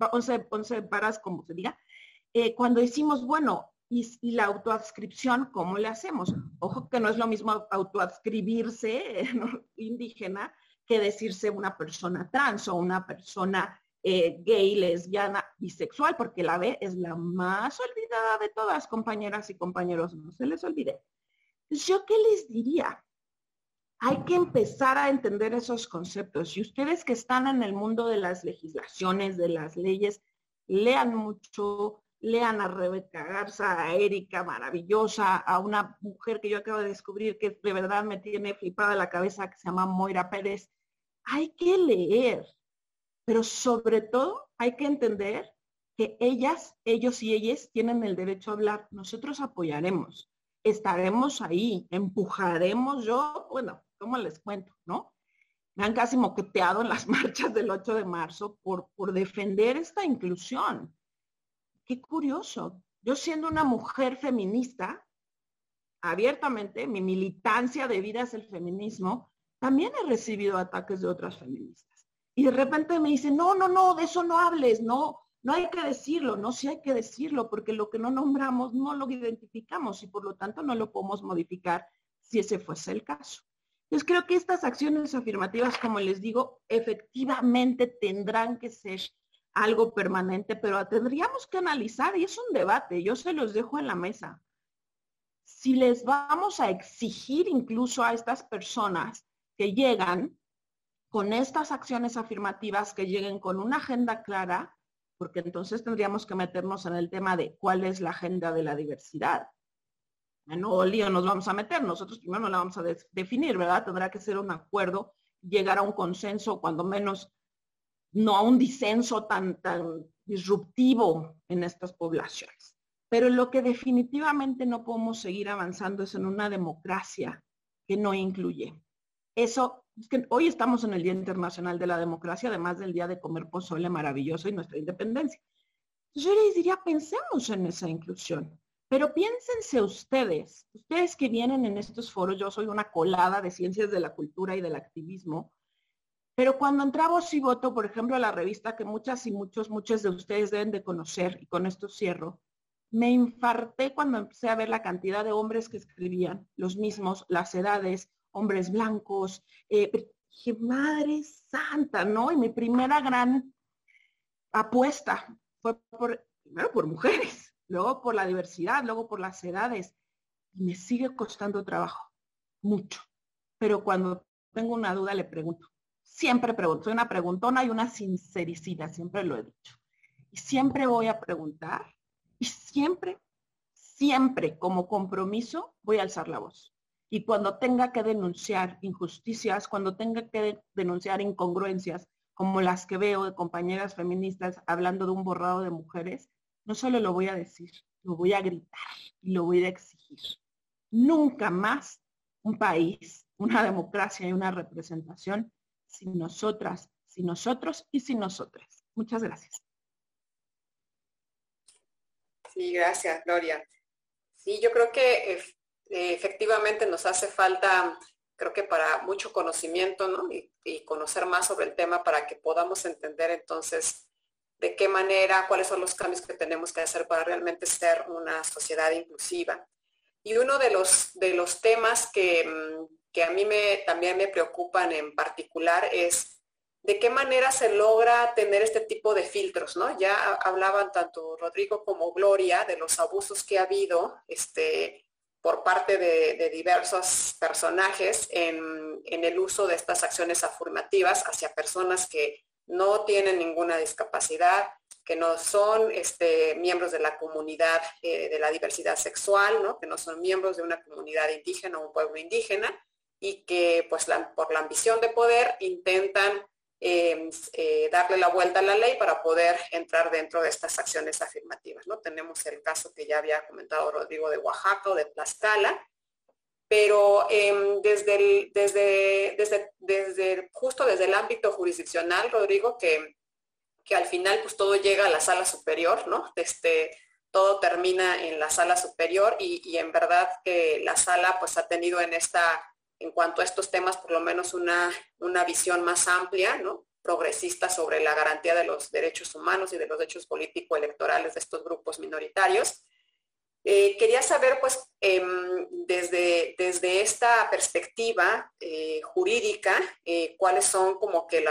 11 varas, como se diga, cuando decimos, bueno, y la autoadscripción, ¿cómo le hacemos? Ojo que no es lo mismo autoadscribirse indígena que decirse una persona trans o una persona gay, lesbiana, bisexual, porque la B es la más olvidada de todas, compañeras y compañeros, no se les olvide. ¿Yo qué les diría? Hay que empezar a entender esos conceptos. Y ustedes que están en el mundo de las legislaciones, de las leyes, lean mucho, lean a Rebeca Garza, a Erika, maravillosa, a una mujer que yo acabo de descubrir que de verdad me tiene flipada la cabeza, que se llama Moira Pérez. Hay que leer, pero sobre todo hay que entender que ellas, ellos y ellas tienen el derecho a hablar. Nosotros apoyaremos, estaremos ahí, empujaremos. Yo, bueno, ¿cómo les cuento, no? Me han casi moqueteado en las marchas del 8 de marzo por defender esta inclusión. Qué curioso. Yo siendo una mujer feminista, abiertamente, mi militancia de vida es el feminismo, también he recibido ataques de otras feministas. Y de repente me dicen, no, no, no, de eso no hables, no, no hay que decirlo, no, sí hay que decirlo, porque lo que no nombramos no lo identificamos y por lo tanto no lo podemos modificar si ese fuese el caso. Entonces creo que estas acciones afirmativas, como les digo, efectivamente tendrán que ser algo permanente, pero tendríamos que analizar, y es un debate, yo se los dejo en la mesa. Si les vamos a exigir incluso a estas personas que llegan con estas acciones afirmativas, que lleguen con una agenda clara, porque entonces tendríamos que meternos en el tema de cuál es la agenda de la diversidad. No lío nos vamos a meter, nosotros primero no la vamos a definir, ¿verdad? Tendrá que ser un acuerdo, llegar a un consenso, cuando menos no a un disenso tan disruptivo en estas poblaciones. Pero lo que definitivamente no podemos seguir avanzando es en una democracia que no incluye. Eso, es que hoy estamos en el Día Internacional de la Democracia, además del Día de Comer Pozole maravilloso y nuestra independencia. Yo les diría, pensemos en esa inclusión. Pero piénsense ustedes que vienen en estos foros, yo soy una colada de ciencias de la cultura y del activismo, pero cuando entré a Voz y Voto, por ejemplo, a la revista que muchas y muchos de ustedes deben de conocer, y con esto cierro, me infarté cuando empecé a ver la cantidad de hombres que escribían, los mismos, las edades, hombres blancos. Dije, madre santa, ¿no? Y mi primera gran apuesta fue primero por mujeres, luego por la diversidad, luego por las edades. Y me sigue costando trabajo, mucho. Pero cuando tengo una duda le pregunto. Siempre pregunto, soy una preguntona y una sincericida, siempre lo he dicho. Y siempre voy a preguntar y siempre, siempre como compromiso voy a alzar la voz. Y cuando tenga que denunciar injusticias, cuando tenga que denunciar incongruencias, como las que veo de compañeras feministas hablando de un borrado de mujeres, no solo lo voy a decir, lo voy a gritar y lo voy a exigir. Nunca más un país, una democracia y una representación sin nosotras, sin nosotros y sin nosotras. Muchas gracias. Sí, gracias, Gloria. Sí, yo creo que efectivamente nos hace falta, creo que para mucho conocimiento, ¿no? Y conocer más sobre el tema para que podamos entender entonces de qué manera, cuáles son los cambios que tenemos que hacer para realmente ser una sociedad inclusiva. Y uno de los temas que a mí también me preocupan en particular es de qué manera se logra tener este tipo de filtros, ¿no? Ya hablaban tanto Rodrigo como Gloria de los abusos que ha habido por parte de diversos personajes en el uso de estas acciones afirmativas hacia personas que no tienen ninguna discapacidad, que no son miembros de la comunidad de la diversidad sexual, ¿no? Que no son miembros de una comunidad indígena o un pueblo indígena y que pues por la ambición de poder intentan darle la vuelta a la ley para poder entrar dentro de estas acciones afirmativas, ¿no? Tenemos el caso que ya había comentado Rodrigo de Oaxaca o de Tlaxcala, pero justo desde el ámbito jurisdiccional, Rodrigo, que al final pues todo llega a la sala superior, ¿no? Todo termina en la sala superior y en verdad que la sala pues ha tenido en cuanto a estos temas, por lo menos una visión más amplia, ¿no? Progresista sobre la garantía de los derechos humanos y de los derechos político-electorales de estos grupos minoritarios. Quería saber, pues, desde esta perspectiva jurídica, cuáles son como que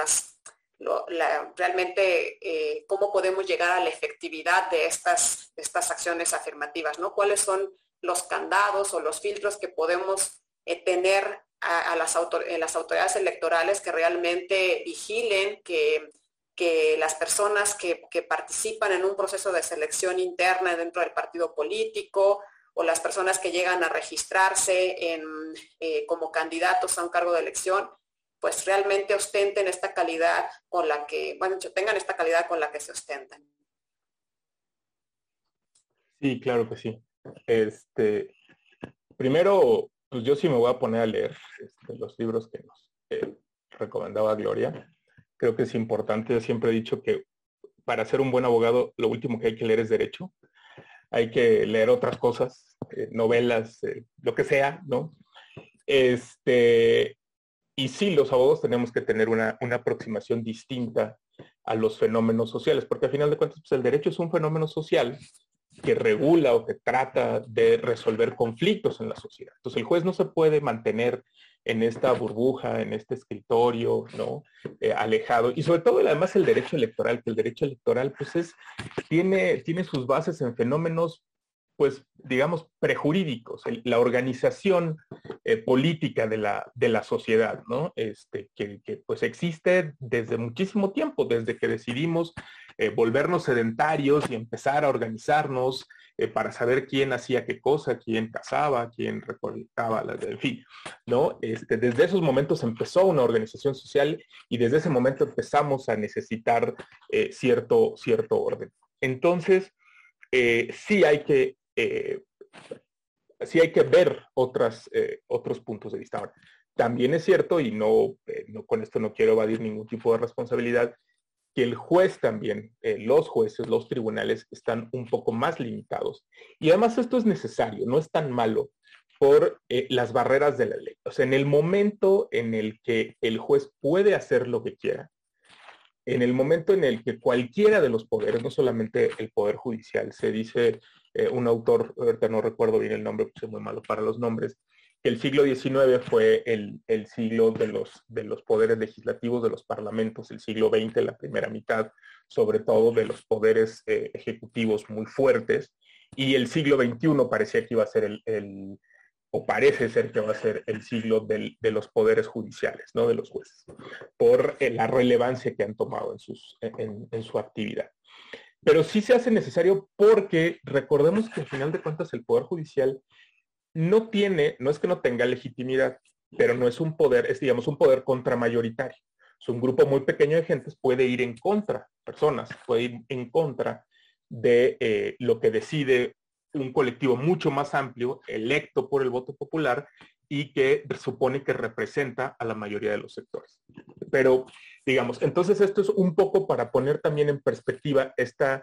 realmente cómo podemos llegar a la efectividad de estas acciones afirmativas, ¿no? ¿Cuáles son los candados o los filtros que podemos tener en las autoridades electorales que realmente vigilen que las personas que participan en un proceso de selección interna dentro del partido político o las personas que llegan a registrarse como candidatos a un cargo de elección, pues realmente ostenten esta calidad con la que, tengan esta calidad con la que se ostentan? Sí, claro que sí. Primero, pues yo sí me voy a poner a leer los libros que nos recomendaba Gloria. Creo que es importante, yo siempre he dicho que para ser un buen abogado, lo último que hay que leer es derecho. Hay que leer otras cosas, novelas, lo que sea, ¿no? Y sí, los abogados tenemos que tener una aproximación distinta a los fenómenos sociales, porque al final de cuentas, pues el derecho es un fenómeno social que regula o que trata de resolver conflictos en la sociedad. Entonces el juez no se puede mantener en esta burbuja, en este escritorio, ¿no? Alejado. Y sobre todo, además, el derecho electoral, que el derecho electoral, pues tiene sus bases en fenómenos, pues, digamos, prejurídicos, la organización política de la sociedad, ¿no? Que pues existe desde muchísimo tiempo, desde que decidimos volvernos sedentarios y empezar a organizarnos para saber quién hacía qué cosa, quién cazaba, quién recolectaba, en fin, ¿no? Desde esos momentos empezó una organización social y desde ese momento empezamos a necesitar cierto orden. Entonces, sí hay que ver otros puntos de vista. Ahora, también es cierto, y no con esto no quiero evadir ningún tipo de responsabilidad, que el juez también, los jueces, los tribunales están un poco más limitados. Y además esto es necesario, no es tan malo por las barreras de la ley. O sea, en el momento en el que el juez puede hacer lo que quiera, en el momento en el que cualquiera de los poderes, no solamente el poder judicial, se dice un autor, ahorita no recuerdo bien el nombre, pues soy muy malo para los nombres, que el siglo XIX fue el siglo de los poderes legislativos, de los parlamentos, el siglo XX, la primera mitad, sobre todo de los poderes ejecutivos muy fuertes, y el siglo XXI parecía que iba a ser o parece ser que va a ser el siglo de los poderes judiciales, ¿no? De los jueces, por la relevancia que han tomado en su actividad. Pero sí se hace necesario porque recordemos que al final de cuentas el Poder Judicial no es que no tenga legitimidad, pero no es un poder, es digamos un poder contramayoritario. Es un grupo muy pequeño de gentes, puede ir en contra, puede ir en contra de lo que decide un colectivo mucho más amplio, electo por el voto popular y que supone que representa a la mayoría de los sectores. Pero, digamos, entonces esto es un poco para poner también en perspectiva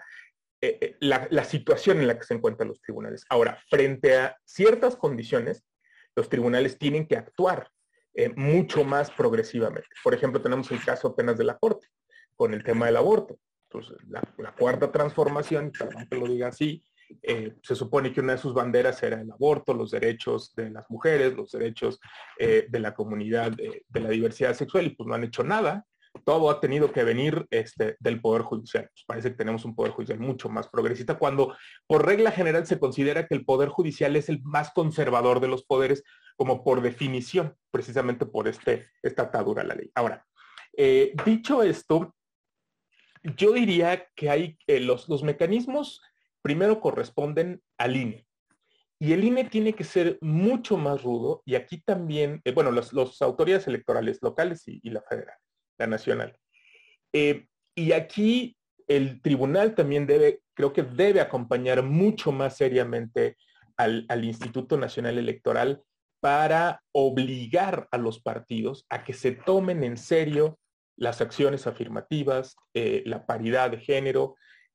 la situación en la que se encuentran los tribunales. Ahora, frente a ciertas condiciones, los tribunales tienen que actuar mucho más progresivamente. Por ejemplo, tenemos el caso apenas de la Corte, con el tema del aborto. Entonces, la cuarta transformación, perdón que lo diga así, se supone que una de sus banderas era el aborto, los derechos de las mujeres, los derechos de la comunidad de la diversidad sexual, y pues no han hecho nada. Todo ha tenido que venir del Poder Judicial. Pues parece que tenemos un Poder Judicial mucho más progresista, cuando por regla general se considera que el Poder Judicial es el más conservador de los poderes, como por definición, precisamente por esta atadura a la ley. Ahora, dicho esto, yo diría que hay los mecanismos primero corresponden al INE. Y el INE tiene que ser mucho más rudo, y aquí también, bueno, las autoridades electorales locales y la federal, la nacional. Y aquí el tribunal también creo que debe acompañar mucho más seriamente al Instituto Nacional Electoral para obligar a los partidos a que se tomen en serio las acciones afirmativas, la paridad de género,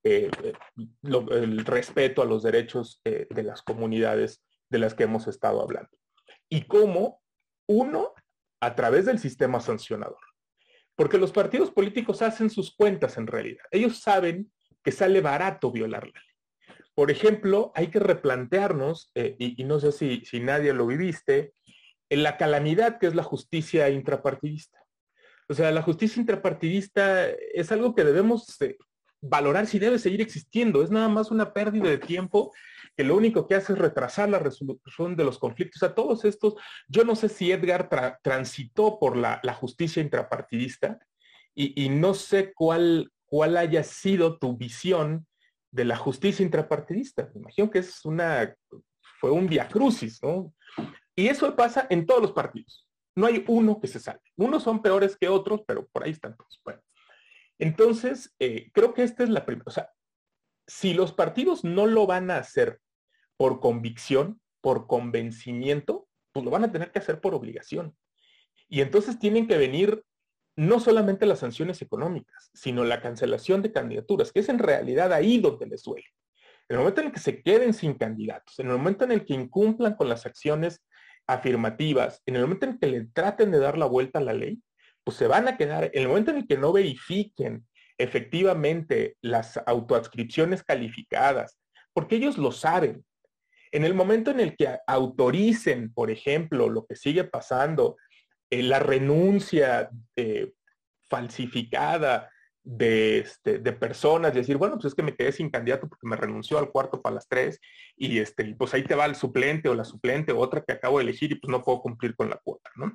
el respeto a los derechos de las comunidades de las que hemos estado hablando. Y cómo, uno, a través del sistema sancionador. Porque los partidos políticos hacen sus cuentas en realidad. Ellos saben que sale barato violar la ley. Por ejemplo, hay que replantearnos, y no sé si nadie lo viviste, en la calamidad que es la justicia intrapartidista. O sea, la justicia intrapartidista es algo que debemos valorar si debe seguir existiendo. Es nada más una pérdida de tiempo que lo único que hace es retrasar la resolución de los conflictos. O sea, todos estos, yo no sé si Edgar transitó por la justicia intrapartidista y no sé cuál haya sido tu visión de la justicia intrapartidista. Me imagino que fue un viacrucis, ¿no? Y eso pasa en todos los partidos. No hay uno que se salve. Unos son peores que otros, pero por ahí están todos. Bueno. Entonces, creo que esta es la primera. O sea, si los partidos no lo van a hacer por convicción, por convencimiento, pues lo van a tener que hacer por obligación. Y entonces tienen que venir no solamente las sanciones económicas, sino la cancelación de candidaturas, que es en realidad ahí donde les duele. En el momento en el que se queden sin candidatos, en el momento en el que incumplan con las acciones afirmativas, en el momento en el que le traten de dar la vuelta a la ley, pues se van a quedar, en el momento en el que no verifiquen efectivamente las autoadscripciones calificadas, porque ellos lo saben. En el momento en el que autoricen, por ejemplo, lo que sigue pasando, la renuncia falsificada de personas, decir, bueno, pues es que me quedé sin candidato porque me renunció al cuarto para las 3 y pues ahí te va el suplente o la suplente o otra que acabo de elegir y pues no puedo cumplir con la cuota, ¿no?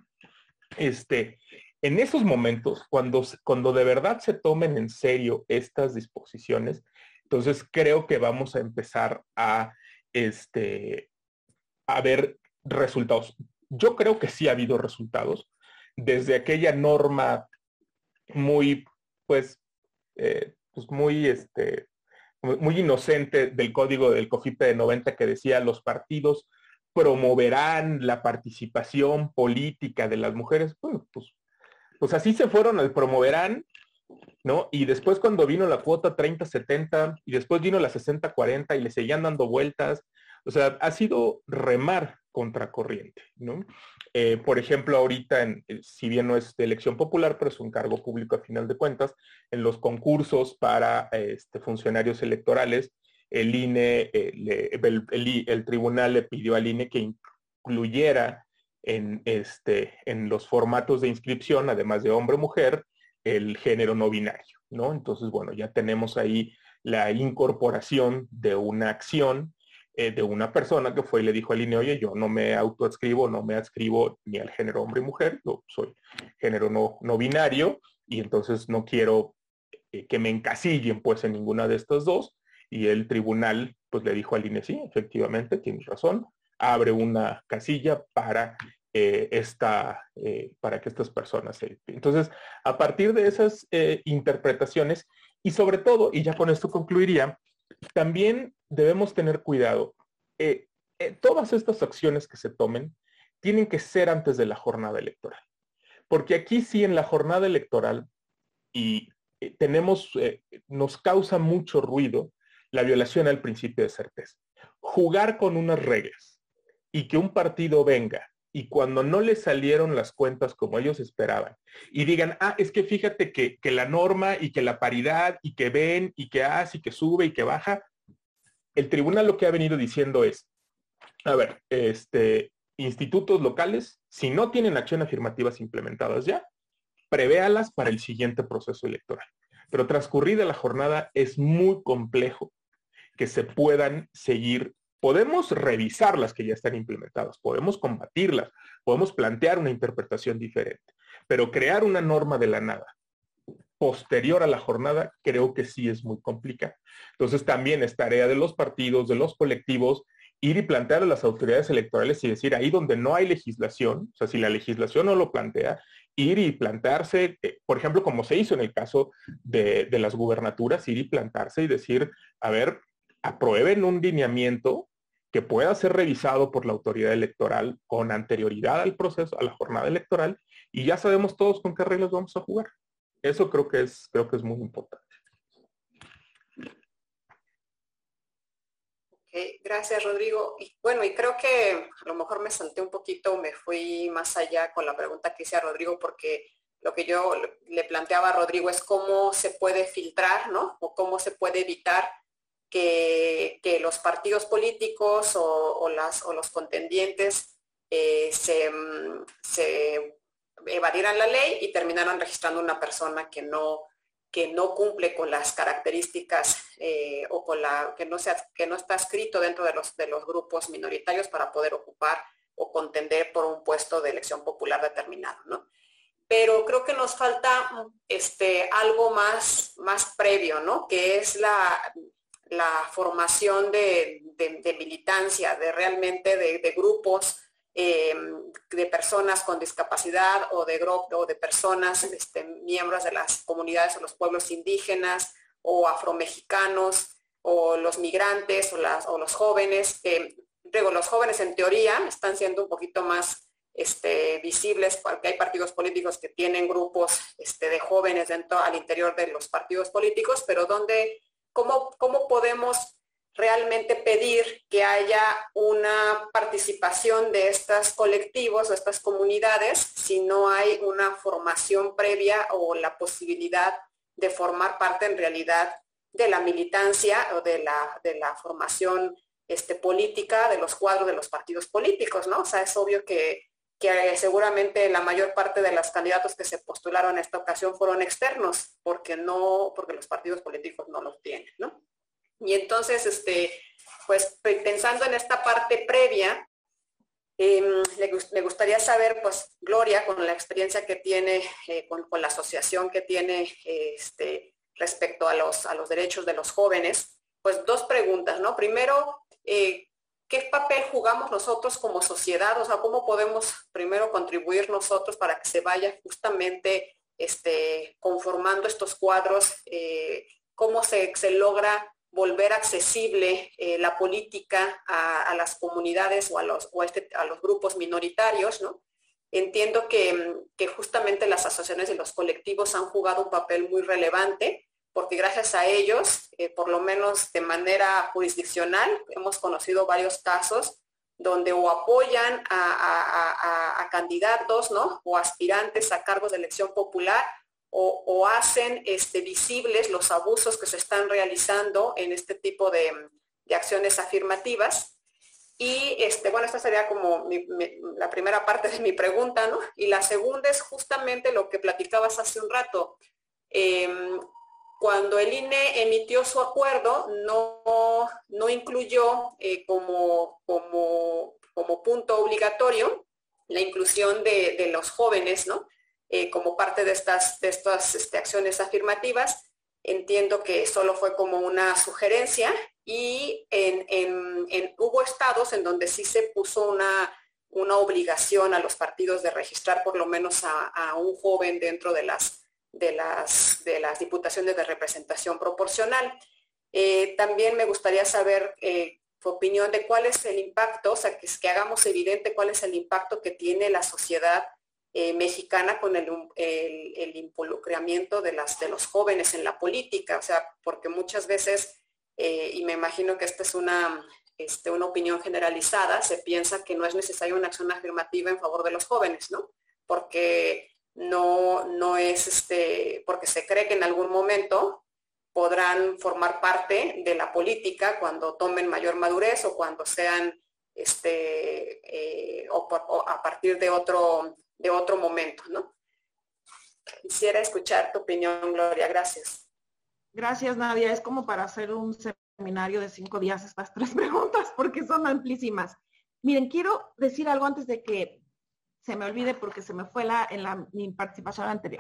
En esos momentos, cuando de verdad se tomen en serio estas disposiciones, entonces creo que vamos a empezar a ver resultados. Yo creo que sí ha habido resultados desde aquella norma muy, pues muy inocente del código del COFIPE de 90 que decía los partidos promoverán la participación política de las mujeres. Bueno, pues así se fueron al promoverán, ¿no? Y después cuando vino la cuota 30-70 y después vino la 60-40 y le seguían dando vueltas, o sea, ha sido remar contracorriente, ¿no? Por ejemplo, ahorita, si bien no es de elección popular, pero es un cargo público a final de cuentas, en los concursos para funcionarios electorales, el INE, el tribunal le pidió al INE que incluyera en los formatos de inscripción, además de hombre-mujer, el género no binario, ¿no? Entonces, bueno, ya tenemos ahí la incorporación de una acción de una persona que fue y le dijo al INE, oye, yo no me autoadscribo, no me adscribo ni al género hombre y mujer, yo soy género no binario y entonces no quiero que me encasillen pues en ninguna de estas dos. Y el tribunal pues le dijo al INE, sí, efectivamente, tienes razón, abre una casilla para para que estas personas se... Entonces, a partir de esas interpretaciones, y sobre todo, y ya con esto concluiría, también debemos tener cuidado. Todas estas acciones que se tomen tienen que ser antes de la jornada electoral. Porque aquí sí, en la jornada electoral, y nos causa mucho ruido la violación al principio de certeza. Jugar con unas reglas y que un partido venga y cuando no les salieron las cuentas como ellos esperaban y digan, es que fíjate que la norma y que la paridad y que ven y que hace y que sube y que baja, el tribunal lo que ha venido diciendo es, a ver, institutos locales, si no tienen acción afirmativas implementadas ya, prevéalas para el siguiente proceso electoral. Pero transcurrida la jornada es muy complejo que se puedan seguir. Podemos revisar las que ya están implementadas, podemos combatirlas, podemos plantear una interpretación diferente, pero crear una norma de la nada posterior a la jornada, creo que sí es muy complicado. Entonces también es tarea de los partidos, de los colectivos, ir y plantear a las autoridades electorales y decir, ahí donde no hay legislación, o sea, si la legislación no lo plantea, ir y plantarse, por ejemplo, como se hizo en el caso de las gubernaturas, ir y plantarse y decir, a ver, aprueben un lineamiento que pueda ser revisado por la autoridad electoral con anterioridad al proceso, a la jornada electoral, y ya sabemos todos con qué reglas vamos a jugar. Eso creo que es muy importante. Okay, gracias, Rodrigo. Y bueno, y creo que a lo mejor me salté un poquito, me fui más allá con la pregunta que hice a Rodrigo, porque lo que yo le planteaba a Rodrigo es cómo se puede filtrar, ¿no? O cómo se puede evitar que los partidos políticos o los contendientes se evadieran la ley y terminaran registrando una persona que no cumple con las características o con que no está escrito dentro de los grupos minoritarios para poder ocupar o contender por un puesto de elección popular determinado, ¿no? Pero creo que nos falta algo más previo, ¿no? Que es la formación de militancia, de realmente de grupos de personas con discapacidad o de personas miembros de las comunidades o los pueblos indígenas o afromexicanos o los migrantes o los jóvenes. Los jóvenes en teoría están siendo un poquito más visibles porque hay partidos políticos que tienen grupos de jóvenes al interior de los partidos políticos, pero ¿cómo podemos realmente pedir que haya una participación de estos colectivos o estas comunidades si no hay una formación previa o la posibilidad de formar parte en realidad de la militancia o de la formación política de los cuadros de los partidos políticos, ¿no? O sea, es obvio que seguramente la mayor parte de los candidatos que se postularon en esta ocasión fueron externos, porque los partidos políticos no los tienen, ¿no? Y entonces, pues pensando en esta parte previa, me gustaría saber, pues, Gloria, con la experiencia que tiene, con la asociación que tiene respecto a los derechos de los jóvenes, pues dos preguntas, ¿no? Primero, ¿qué papel jugamos nosotros como sociedad? O sea, ¿cómo podemos primero contribuir nosotros para que se vaya justamente conformando estos cuadros? ¿Cómo se logra volver accesible la política a las comunidades o a los grupos minoritarios, ¿no? Entiendo que justamente las asociaciones y los colectivos han jugado un papel muy relevante, porque gracias a ellos, por lo menos de manera jurisdiccional, hemos conocido varios casos donde o apoyan a candidatos, ¿no? O aspirantes a cargos de elección popular, o hacen visibles los abusos que se están realizando en este tipo de acciones afirmativas. Y bueno, esta sería como la primera parte de mi pregunta, ¿no? Y la segunda es justamente lo que platicabas hace un rato. Cuando el INE emitió su acuerdo, no incluyó como punto obligatorio la inclusión de los jóvenes, ¿no? Como parte de estas acciones afirmativas. Entiendo que solo fue como una sugerencia y hubo estados en donde sí se puso una obligación a los partidos de registrar por lo menos a un joven dentro de las diputaciones de representación proporcional. También me gustaría saber tu opinión de cuál es el impacto, o sea, que hagamos evidente cuál es el impacto que tiene la sociedad mexicana con el involucramiento de los jóvenes en la política, o sea, porque muchas veces, y me imagino que esta es una opinión generalizada, se piensa que no es necesaria una acción afirmativa en favor de los jóvenes, ¿no? Porque no es porque se cree que en algún momento podrán formar parte de la política cuando tomen mayor madurez o cuando sean o a partir de otro momento, ¿no? Quisiera escuchar tu opinión, Gloria. Gracias. Gracias, Nadia. Es como para hacer un seminario de 5 días estas 3 preguntas porque son amplísimas. Miren, quiero decir algo antes de que se me olvide porque se me fue mi participación anterior.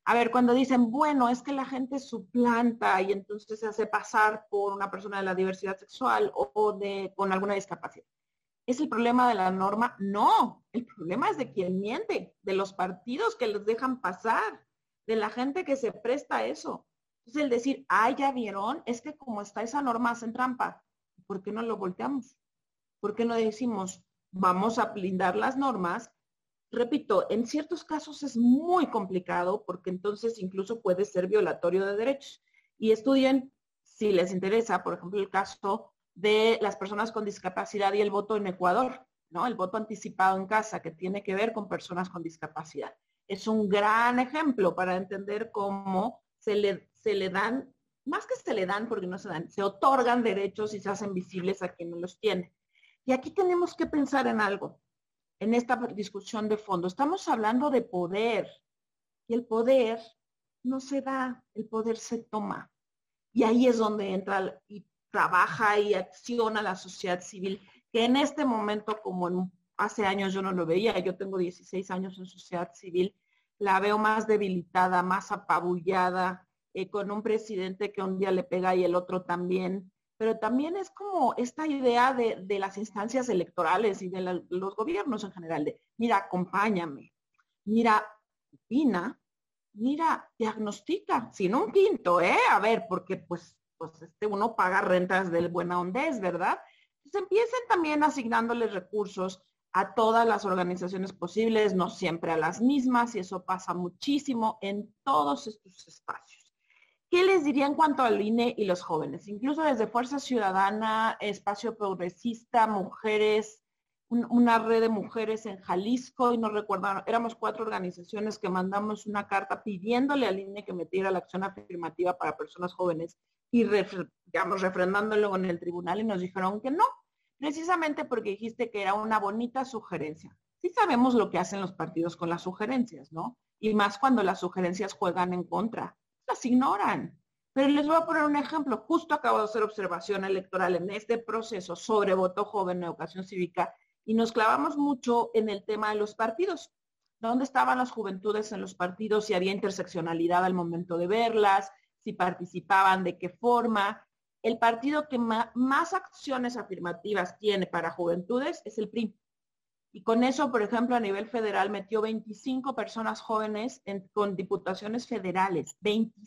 A ver, cuando dicen, bueno, es que la gente suplanta y entonces se hace pasar por una persona de la diversidad sexual o con alguna discapacidad. ¿Es el problema de la norma? No, el problema es de quien miente, de los partidos que les dejan pasar, de la gente que se presta a eso. Entonces el decir, ya vieron, es que como está esa norma hacen trampa. ¿Por qué no lo volteamos? ¿Por qué no decimos, vamos a blindar las normas? Repito, en ciertos casos es muy complicado porque entonces incluso puede ser violatorio de derechos. Y estudien, si les interesa, por ejemplo, el caso de las personas con discapacidad y el voto en Ecuador, ¿no? El voto anticipado en casa, que tiene que ver con personas con discapacidad. Es un gran ejemplo para entender cómo se le dan, más que se le dan porque no se dan, se otorgan derechos y se hacen visibles a quien no los tiene. Y aquí tenemos que pensar en algo. En esta discusión de fondo, estamos hablando de poder y el poder no se da, el poder se toma. Y ahí es donde entra y trabaja y acciona la sociedad civil, que en este momento, como hace años yo no lo veía, yo tengo 16 años en sociedad civil, la veo más debilitada, más apabullada, con un presidente que un día le pega y el otro también. Pero también es como esta idea de las instancias electorales y de los gobiernos en general, de mira, acompáñame, mira, opina, mira, diagnostica, sin un quinto, a ver, porque pues uno paga rentas del buena hondez, ¿verdad? Entonces empiecen también asignándoles recursos a todas las organizaciones posibles, no siempre a las mismas, y eso pasa muchísimo en todos estos espacios. ¿Qué les diría en cuanto al INE y los jóvenes? Incluso desde Fuerza Ciudadana, Espacio Progresista, Mujeres, una red de mujeres en Jalisco, y no recuerdo, éramos 4 organizaciones que mandamos una carta pidiéndole al INE que metiera la acción afirmativa para personas jóvenes y refrendándolo en el tribunal, y nos dijeron que no, precisamente porque dijiste que era una bonita sugerencia. Sí sabemos lo que hacen los partidos con las sugerencias, ¿no? Y más cuando las sugerencias juegan en contra. Las ignoran. Pero les voy a poner un ejemplo. Justo acabo de hacer observación electoral en este proceso sobre voto joven, educación cívica, y nos clavamos mucho en el tema de los partidos. ¿Dónde estaban las juventudes en los partidos? Si había interseccionalidad al momento de verlas, si participaban, de qué forma. El partido que más acciones afirmativas tiene para juventudes es el PRI. Y con eso, por ejemplo, a nivel federal metió 25 personas jóvenes con diputaciones federales.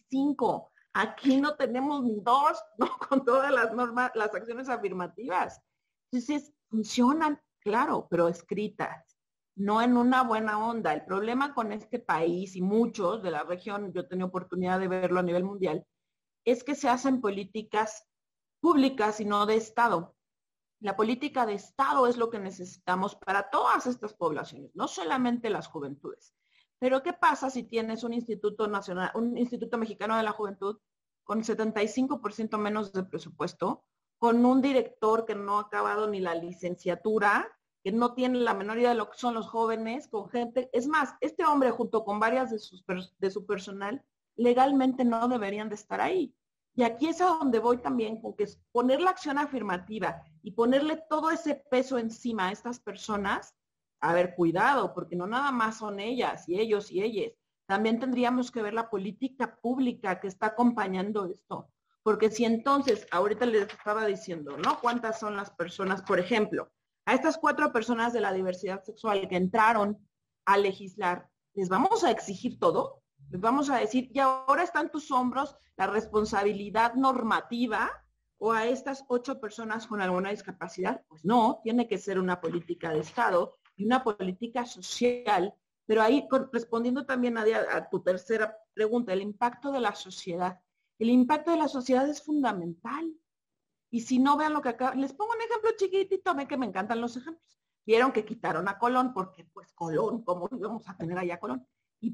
25. Aquí no tenemos ni 2, ¿no? Con todas las normas, las acciones afirmativas. Entonces, funcionan, claro, pero escritas, no en una buena onda. El problema con este país y muchos de la región, yo he tenido oportunidad de verlo a nivel mundial, es que se hacen políticas públicas y no de Estado. La política de Estado es lo que necesitamos para todas estas poblaciones, no solamente las juventudes. Pero ¿qué pasa si tienes un instituto nacional, un Instituto Mexicano de la Juventud con 75% menos de presupuesto, con un director que no ha acabado ni la licenciatura, que no tiene la menor idea de lo que son los jóvenes, con gente? Es más, este hombre junto con varias de su personal legalmente no deberían de estar ahí. Y aquí es a donde voy también, porque es poner la acción afirmativa y ponerle todo ese peso encima a estas personas. A ver, cuidado, porque no nada más son ellas y ellos y ellas. También tendríamos que ver la política pública que está acompañando esto. Porque si entonces, ahorita les estaba diciendo, ¿no? ¿Cuántas son las personas? Por ejemplo, a estas 4 personas de la diversidad sexual que entraron a legislar, ¿les vamos a exigir todo? Les vamos a decir, y ahora está en tus hombros la responsabilidad normativa, o a estas 8 personas con alguna discapacidad. Pues no, tiene que ser una política de Estado y una política social. Pero ahí, respondiendo también a tu tercera pregunta, el impacto de la sociedad. El impacto de la sociedad es fundamental. Y si no, vean lo que acá, les pongo un ejemplo chiquitito, ven que me encantan los ejemplos. Vieron que quitaron a Colón, porque pues Colón, ¿cómo íbamos a tener allá a Colón? Y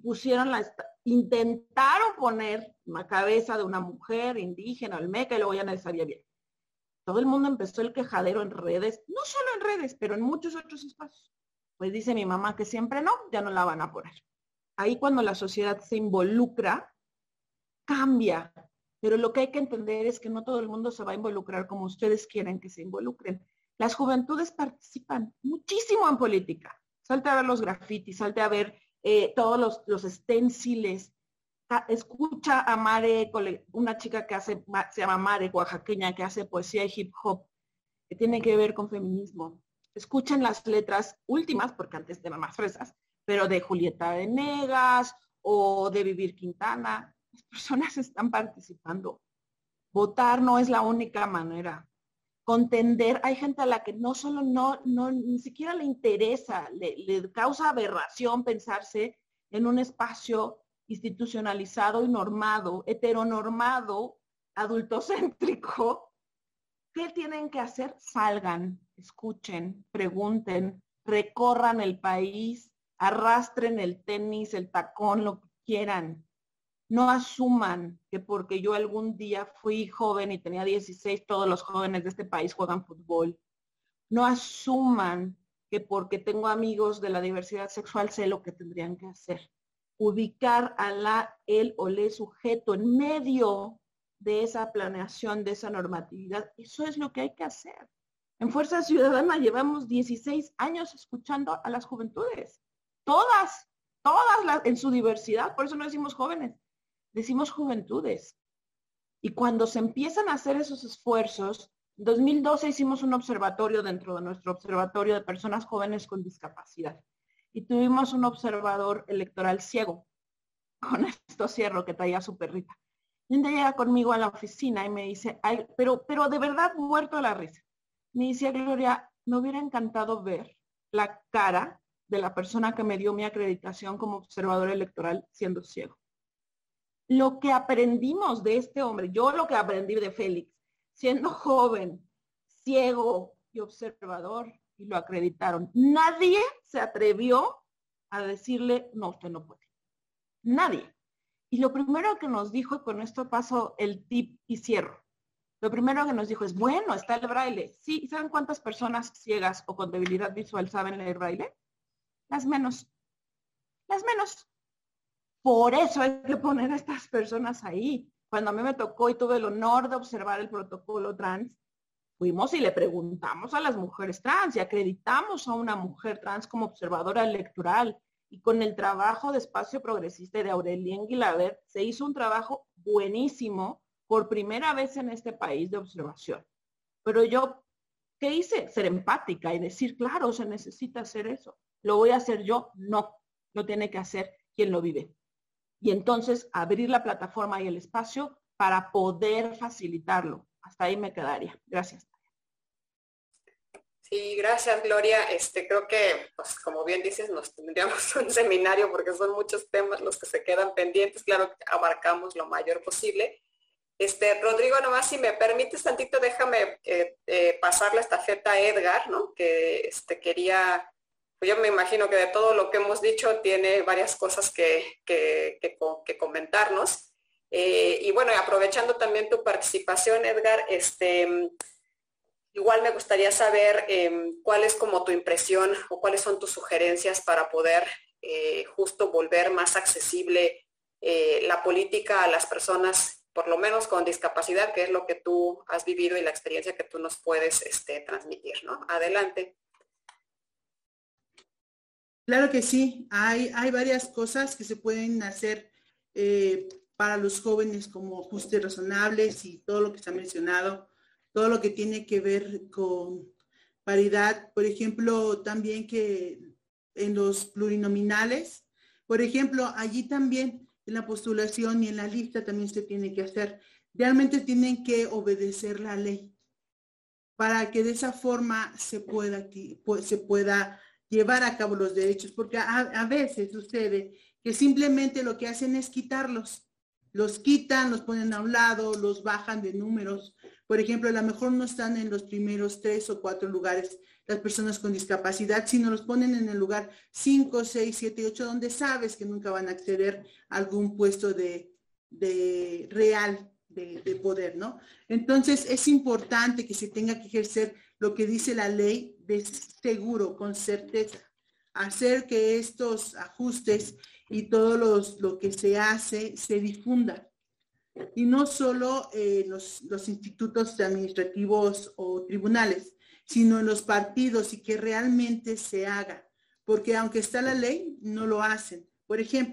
intentaron poner una cabeza de una mujer indígena, olmeca, y luego ya nadie sabía bien. Todo el mundo empezó el quejadero en redes, no solo en redes, pero en muchos otros espacios. Pues dice mi mamá que siempre no, ya no la van a poner. Ahí cuando la sociedad se involucra, cambia. Pero lo que hay que entender es que no todo el mundo se va a involucrar como ustedes quieren que se involucren. Las juventudes participan muchísimo en política. Salte a ver los grafitis, salte a ver todos los esténciles. escucha a Mare, una chica que se llama Mare, oaxaqueña, que hace poesía y hip hop, que tiene que ver con feminismo. Escuchen las letras últimas, porque antes eran más fresas, pero de Julieta Venegas o de Vivir Quintana. Las personas están participando. Votar no es la única manera. Contender, hay gente a la que no solo ni siquiera le interesa, le causa aberración pensarse en un espacio institucionalizado y normado, heteronormado, adultocéntrico. ¿Qué tienen que hacer? Salgan, escuchen, pregunten, recorran el país, arrastren el tenis, el tacón, lo que quieran. No asuman que porque yo algún día fui joven y tenía 16, todos los jóvenes de este país juegan fútbol. No asuman que porque tengo amigos de la diversidad sexual sé lo que tendrían que hacer. Ubicar a él o le sujeto en medio de esa planeación, de esa normatividad. Eso es lo que hay que hacer. En Fuerza Ciudadana llevamos 16 años escuchando a las juventudes. Todas en su diversidad, por eso no decimos jóvenes. Decimos juventudes. Y cuando se empiezan a hacer esos esfuerzos, en 2012 hicimos un observatorio dentro de nuestro observatorio de personas jóvenes con discapacidad. Y tuvimos un observador electoral ciego. Con esto cierro, que traía a su perrita. Y un día llega conmigo a la oficina y me dice, ay, pero de verdad muerto de la risa. Me dice, Gloria, me hubiera encantado ver la cara de la persona que me dio mi acreditación como observador electoral siendo ciego. Lo que aprendimos de este hombre, yo lo que aprendí de Félix, siendo joven, ciego y observador, y lo acreditaron. Nadie se atrevió a decirle, no, usted no puede. Nadie. Y lo primero que nos dijo, y con esto paso el tip y cierro, lo primero que nos dijo es, bueno, está el braille. Sí, ¿saben cuántas personas ciegas o con debilidad visual saben leer braille? Las menos. Las menos. Por eso hay que poner a estas personas ahí. Cuando a mí me tocó y tuve el honor de observar el protocolo trans, fuimos y le preguntamos a las mujeres trans y acreditamos a una mujer trans como observadora electoral. Y con el trabajo de Espacio Progresista y de Aurelien Guilabert se hizo un trabajo buenísimo por primera vez en este país de observación. Pero yo, ¿qué hice? Ser empática y decir, claro, se necesita hacer eso. ¿Lo voy a hacer yo? No, lo tiene que hacer quien lo vive. Y entonces abrir la plataforma y el espacio para poder facilitarlo. Hasta ahí me quedaría. Gracias. Sí, gracias, Gloria. Creo que, pues, como bien dices, nos tendríamos un seminario porque son muchos temas los que se quedan pendientes. Claro que abarcamos lo mayor posible. Rodrigo, nomás si me permites tantito, déjame pasar la estafeta a Edgar, ¿no? Que quería... Yo me imagino que de todo lo que hemos dicho tiene varias cosas que comentarnos. Y bueno, aprovechando también tu participación, Edgar, igual me gustaría saber cuál es como tu impresión o cuáles son tus sugerencias para poder justo volver más accesible la política a las personas, por lo menos con discapacidad, que es lo que tú has vivido y la experiencia que tú nos puedes transmitir, ¿no? Adelante. Claro que sí, hay varias cosas que se pueden hacer para los jóvenes como ajustes razonables y todo lo que se ha mencionado, todo lo que tiene que ver con paridad, por ejemplo, también que en los plurinominales, por ejemplo, allí también en la postulación y en la lista también se tiene que hacer, realmente tienen que obedecer la ley para que de esa forma se pueda llevar a cabo los derechos, porque a veces sucede que simplemente lo que hacen es quitarlos, los quitan, los ponen a un lado, los bajan de números. Por ejemplo, a lo mejor no están en los primeros 3 o 4 lugares las personas con discapacidad, sino los ponen en el lugar 5, 6, 7 y 8, donde sabes que nunca van a acceder a algún puesto de real de poder, ¿no? Entonces, es importante que se tenga que ejercer lo que dice la ley de seguro, con certeza, hacer que estos ajustes y todo lo que se hace se difunda. Y no solo los institutos administrativos o tribunales, sino en los partidos y que realmente se haga. Porque aunque está la ley, no lo hacen. Por ejemplo,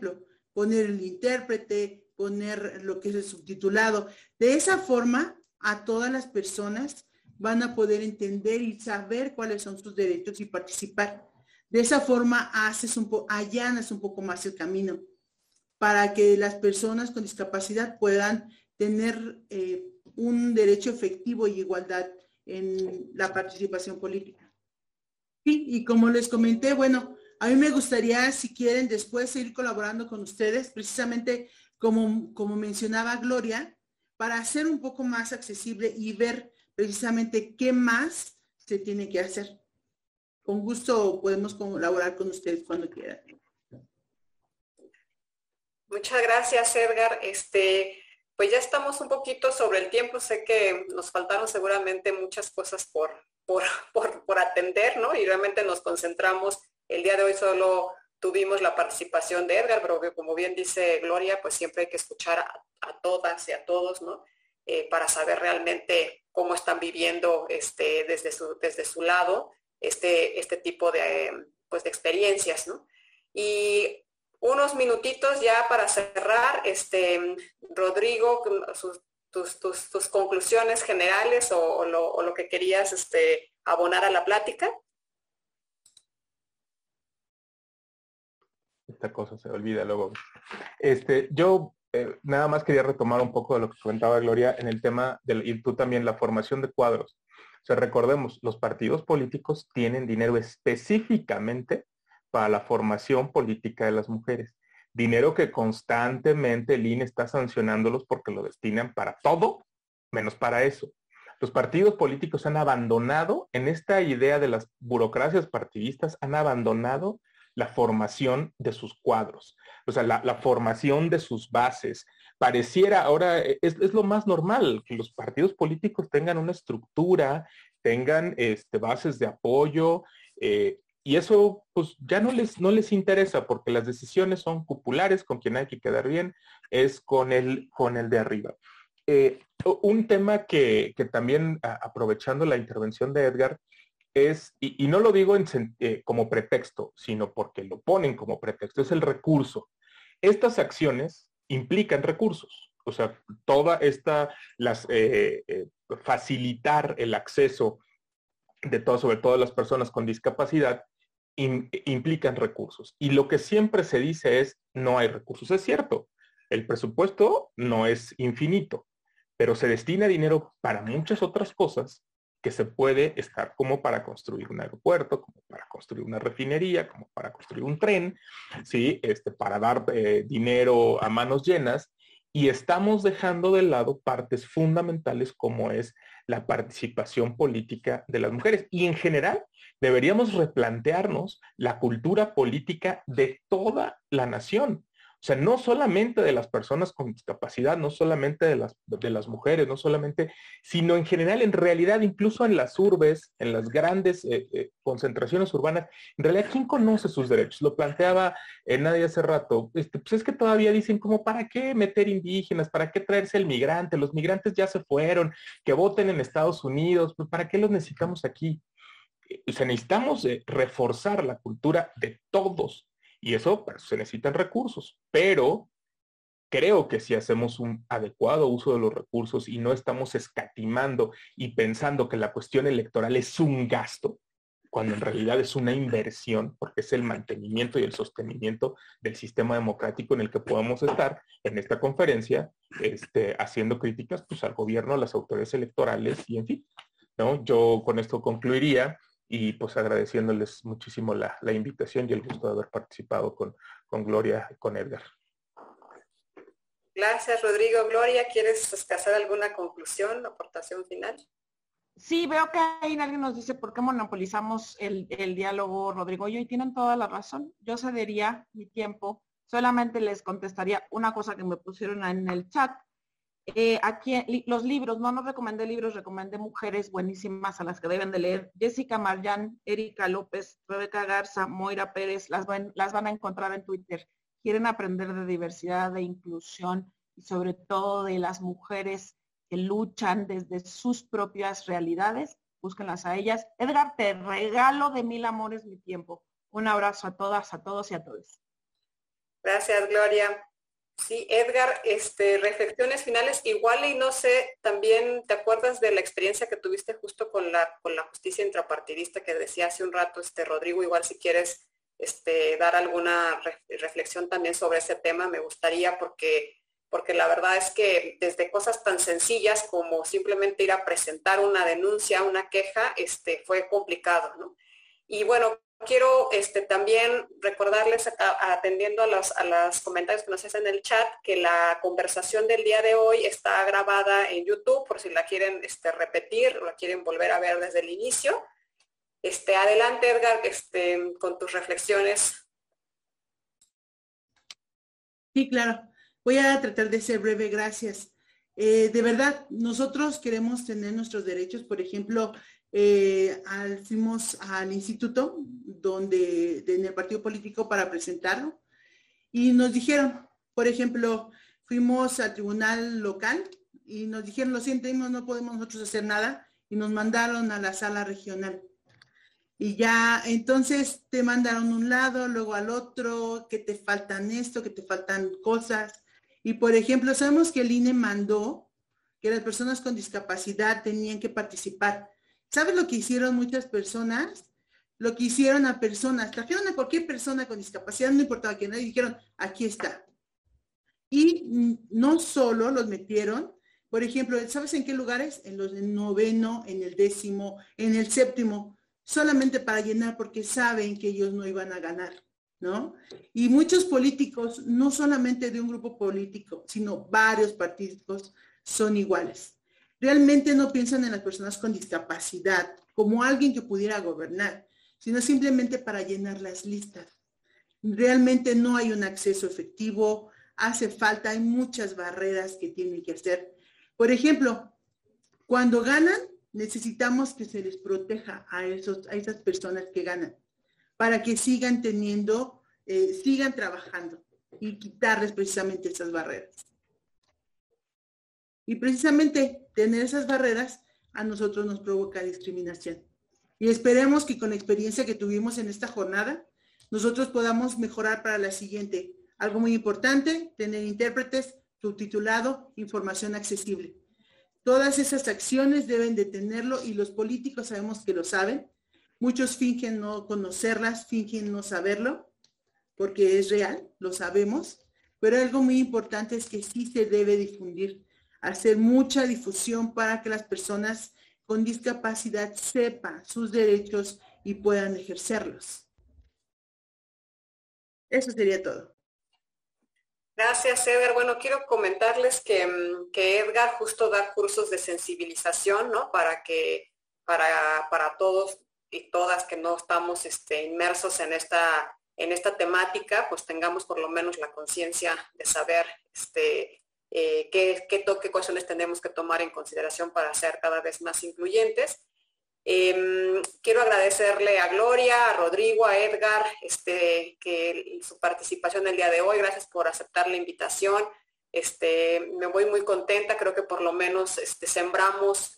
poner el intérprete, poner lo que es el subtitulado. De esa forma, a todas las personas van a poder entender y saber cuáles son sus derechos y participar. De esa forma allanas un poco más el camino para que las personas con discapacidad puedan tener un derecho efectivo y igualdad en la participación política. Y como les comenté, bueno, a mí me gustaría, si quieren, después seguir colaborando con ustedes, precisamente como mencionaba Gloria, para hacer un poco más accesible y ver precisamente qué más se tiene que hacer. Con gusto podemos colaborar con ustedes cuando quieran. Muchas gracias, Edgar. Pues ya estamos un poquito sobre el tiempo. Sé que nos faltaron seguramente muchas cosas por atender, ¿no? Y realmente nos concentramos. El día de hoy solo tuvimos la participación de Edgar, pero que como bien dice Gloria, pues siempre hay que escuchar a todas y a todos, ¿no? Para saber realmente cómo están viviendo desde su lado este tipo de experiencias, ¿no? Y unos minutitos ya para cerrar, Rodrigo, tus conclusiones generales o lo que querías abonar a la plática. Esta cosa se olvida luego. Yo nada más quería retomar un poco de lo que comentaba Gloria en el tema y tú también, la formación de cuadros. O sea, recordemos, los partidos políticos tienen dinero específicamente para la formación política de las mujeres. Dinero que constantemente el INE está sancionándolos porque lo destinan para todo, menos para eso. Los partidos políticos han abandonado, en esta idea de las burocracias partidistas, han abandonado la formación de sus cuadros, o sea, la formación de sus bases. Pareciera ahora, es lo más normal, que los partidos políticos tengan una estructura, tengan bases de apoyo, y eso pues ya no les interesa, porque las decisiones son populares, con quien hay que quedar bien es con el de arriba. Un tema que también, aprovechando la intervención de Edgar, es, y no lo digo como pretexto, sino porque lo ponen como pretexto, es el recurso. Estas acciones implican recursos. O sea, facilitar el acceso sobre todo las personas con discapacidad, implican recursos. Y lo que siempre se dice es, no hay recursos. Es cierto, el presupuesto no es infinito, pero se destina dinero para muchas otras cosas que se puede estar, como para construir un aeropuerto, como para construir una refinería, como para construir un tren, ¿sí? Para dar dinero a manos llenas, y estamos dejando de lado partes fundamentales como es la participación política de las mujeres. Y en general deberíamos replantearnos la cultura política de toda la nación. O sea, no solamente de las personas con discapacidad, no solamente de las mujeres, no solamente, sino en general, en realidad, incluso en las urbes, en las grandes concentraciones urbanas, en realidad, ¿quién conoce sus derechos? Lo planteaba Nadia hace rato, pues es que todavía dicen como, ¿para qué meter indígenas? ¿Para qué traerse el migrante? Los migrantes ya se fueron, que voten en Estados Unidos, pues ¿para qué los necesitamos aquí? O sea, necesitamos reforzar la cultura de todos. Y eso pues, se necesitan recursos, pero creo que si hacemos un adecuado uso de los recursos y no estamos escatimando y pensando que la cuestión electoral es un gasto, cuando en realidad es una inversión, porque es el mantenimiento y el sostenimiento del sistema democrático en el que podemos estar en esta conferencia, haciendo críticas pues, al gobierno, a las autoridades electorales y en fin, ¿no? Yo con esto concluiría. Y pues agradeciéndoles muchísimo la invitación y el gusto de haber participado con Gloria y con Edgar. Gracias, Rodrigo. Gloria, ¿quieres hacer alguna conclusión, aportación final? Sí, veo que ahí alguien nos dice por qué monopolizamos el diálogo, Rodrigo. Y tienen toda la razón. Yo cedería mi tiempo. Solamente les contestaría una cosa que me pusieron en el chat. Aquí los libros, no nos recomendé libros, recomendé mujeres buenísimas a las que deben de leer. Jessica Marjan, Erika López, Rebeca Garza, Moira Pérez, las van a encontrar en Twitter. Quieren aprender de diversidad, de inclusión y sobre todo de las mujeres que luchan desde sus propias realidades. Búsquenlas a ellas. Edgar, te regalo de 1000 amores mi tiempo. Un abrazo a todas, a todos y a todos. Gracias, Gloria. Sí, Edgar, reflexiones finales, igual y no sé, también te acuerdas de la experiencia que tuviste justo con la justicia intrapartidista que decía hace un rato, Rodrigo, igual si quieres dar alguna reflexión también sobre ese tema, me gustaría porque la verdad es que desde cosas tan sencillas como simplemente ir a presentar una denuncia, una queja, fue complicado, ¿no? Y bueno, quiero también recordarles, atendiendo a los comentarios que nos hacen en el chat, que la conversación del día de hoy está grabada en YouTube, por si la quieren repetir o la quieren volver a ver desde el inicio. Adelante, Edgar, con tus reflexiones. Sí, claro. Voy a tratar de ser breve, gracias. De verdad, nosotros queremos tener nuestros derechos. Por ejemplo, fuimos al instituto en el partido político para presentarlo y nos dijeron, por ejemplo, fuimos al tribunal local y nos dijeron, lo sentimos, no podemos nosotros hacer nada, y nos mandaron a la sala regional. Y ya, entonces te mandaron un lado, luego al otro, que te faltan esto, que te faltan cosas. Y por ejemplo, sabemos que el INE mandó que las personas con discapacidad tenían que participar. ¿Sabes lo que hicieron muchas personas? Lo que hicieron a personas, trajeron a cualquier persona con discapacidad, no importaba quién, y dijeron, aquí está. Y no solo los metieron, por ejemplo, ¿sabes en qué lugares? En los del 9º, en el 10º, en el 7º, solamente para llenar porque saben que ellos no iban a ganar, ¿no? Y muchos políticos, no solamente de un grupo político, sino varios partidos son iguales. Realmente no piensan en las personas con discapacidad como alguien que pudiera gobernar, sino simplemente para llenar las listas. Realmente no hay un acceso efectivo, hace falta, hay muchas barreras que tienen que hacer. Por ejemplo, cuando ganan, necesitamos que se les proteja a esas personas que ganan, para que sigan teniendo, sigan trabajando y quitarles precisamente esas barreras. Y precisamente tener esas barreras a nosotros nos provoca discriminación. Y esperemos que con la experiencia que tuvimos en esta jornada, nosotros podamos mejorar para la siguiente. Algo muy importante, tener intérpretes, subtitulado, información accesible. Todas esas acciones deben de tenerlo y los políticos sabemos que lo saben. Muchos fingen no conocerlas, fingen no saberlo, porque es real, lo sabemos. Pero algo muy importante es que sí se debe difundir, hacer mucha difusión para que las personas con discapacidad sepan sus derechos y puedan ejercerlos. Eso sería todo. Gracias, Edgar. Bueno, quiero comentarles que Edgar justo da cursos de sensibilización, ¿no? Para todos y todas que no estamos inmersos en esta temática, pues tengamos por lo menos la conciencia de saber qué cuestiones tenemos que tomar en consideración para ser cada vez más incluyentes. Quiero agradecerle a Gloria, a Rodrigo, a Edgar, que su participación el día de hoy. Gracias por aceptar la invitación. Me voy muy contenta. Creo que por lo menos sembramos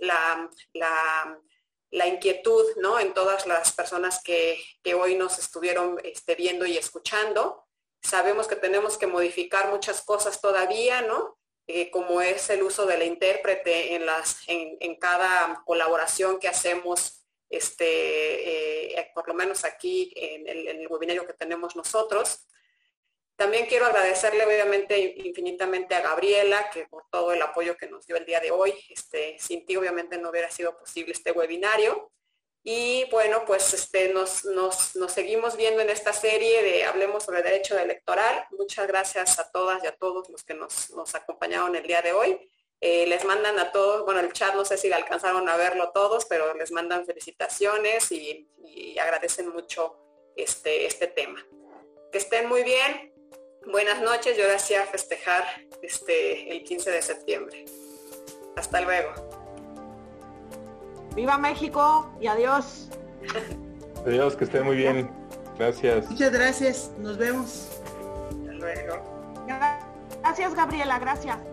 la inquietud, ¿no? En todas las personas que hoy nos estuvieron viendo y escuchando. Sabemos que tenemos que modificar muchas cosas todavía, ¿no? Como es el uso de la intérprete en cada colaboración que hacemos, por lo menos aquí en el webinario que tenemos nosotros. También quiero agradecerle obviamente infinitamente a Gabriela, que por todo el apoyo que nos dio el día de hoy. Sin ti obviamente no hubiera sido posible este webinario. Y bueno, pues nos seguimos viendo en esta serie de Hablemos sobre Derecho Electoral. Muchas gracias a todas y a todos los que nos acompañaron el día de hoy. Les mandan a todos, bueno, el chat no sé si alcanzaron a verlo todos, pero les mandan felicitaciones y agradecen mucho este tema. Que estén muy bien. Buenas noches. Yo ahora sí a festejar el 15 de septiembre. Hasta luego. ¡Viva México! Y adiós. Adiós, que esté muy bien. Gracias. Muchas gracias. Nos vemos. Hasta luego. Gracias, Gabriela. Gracias.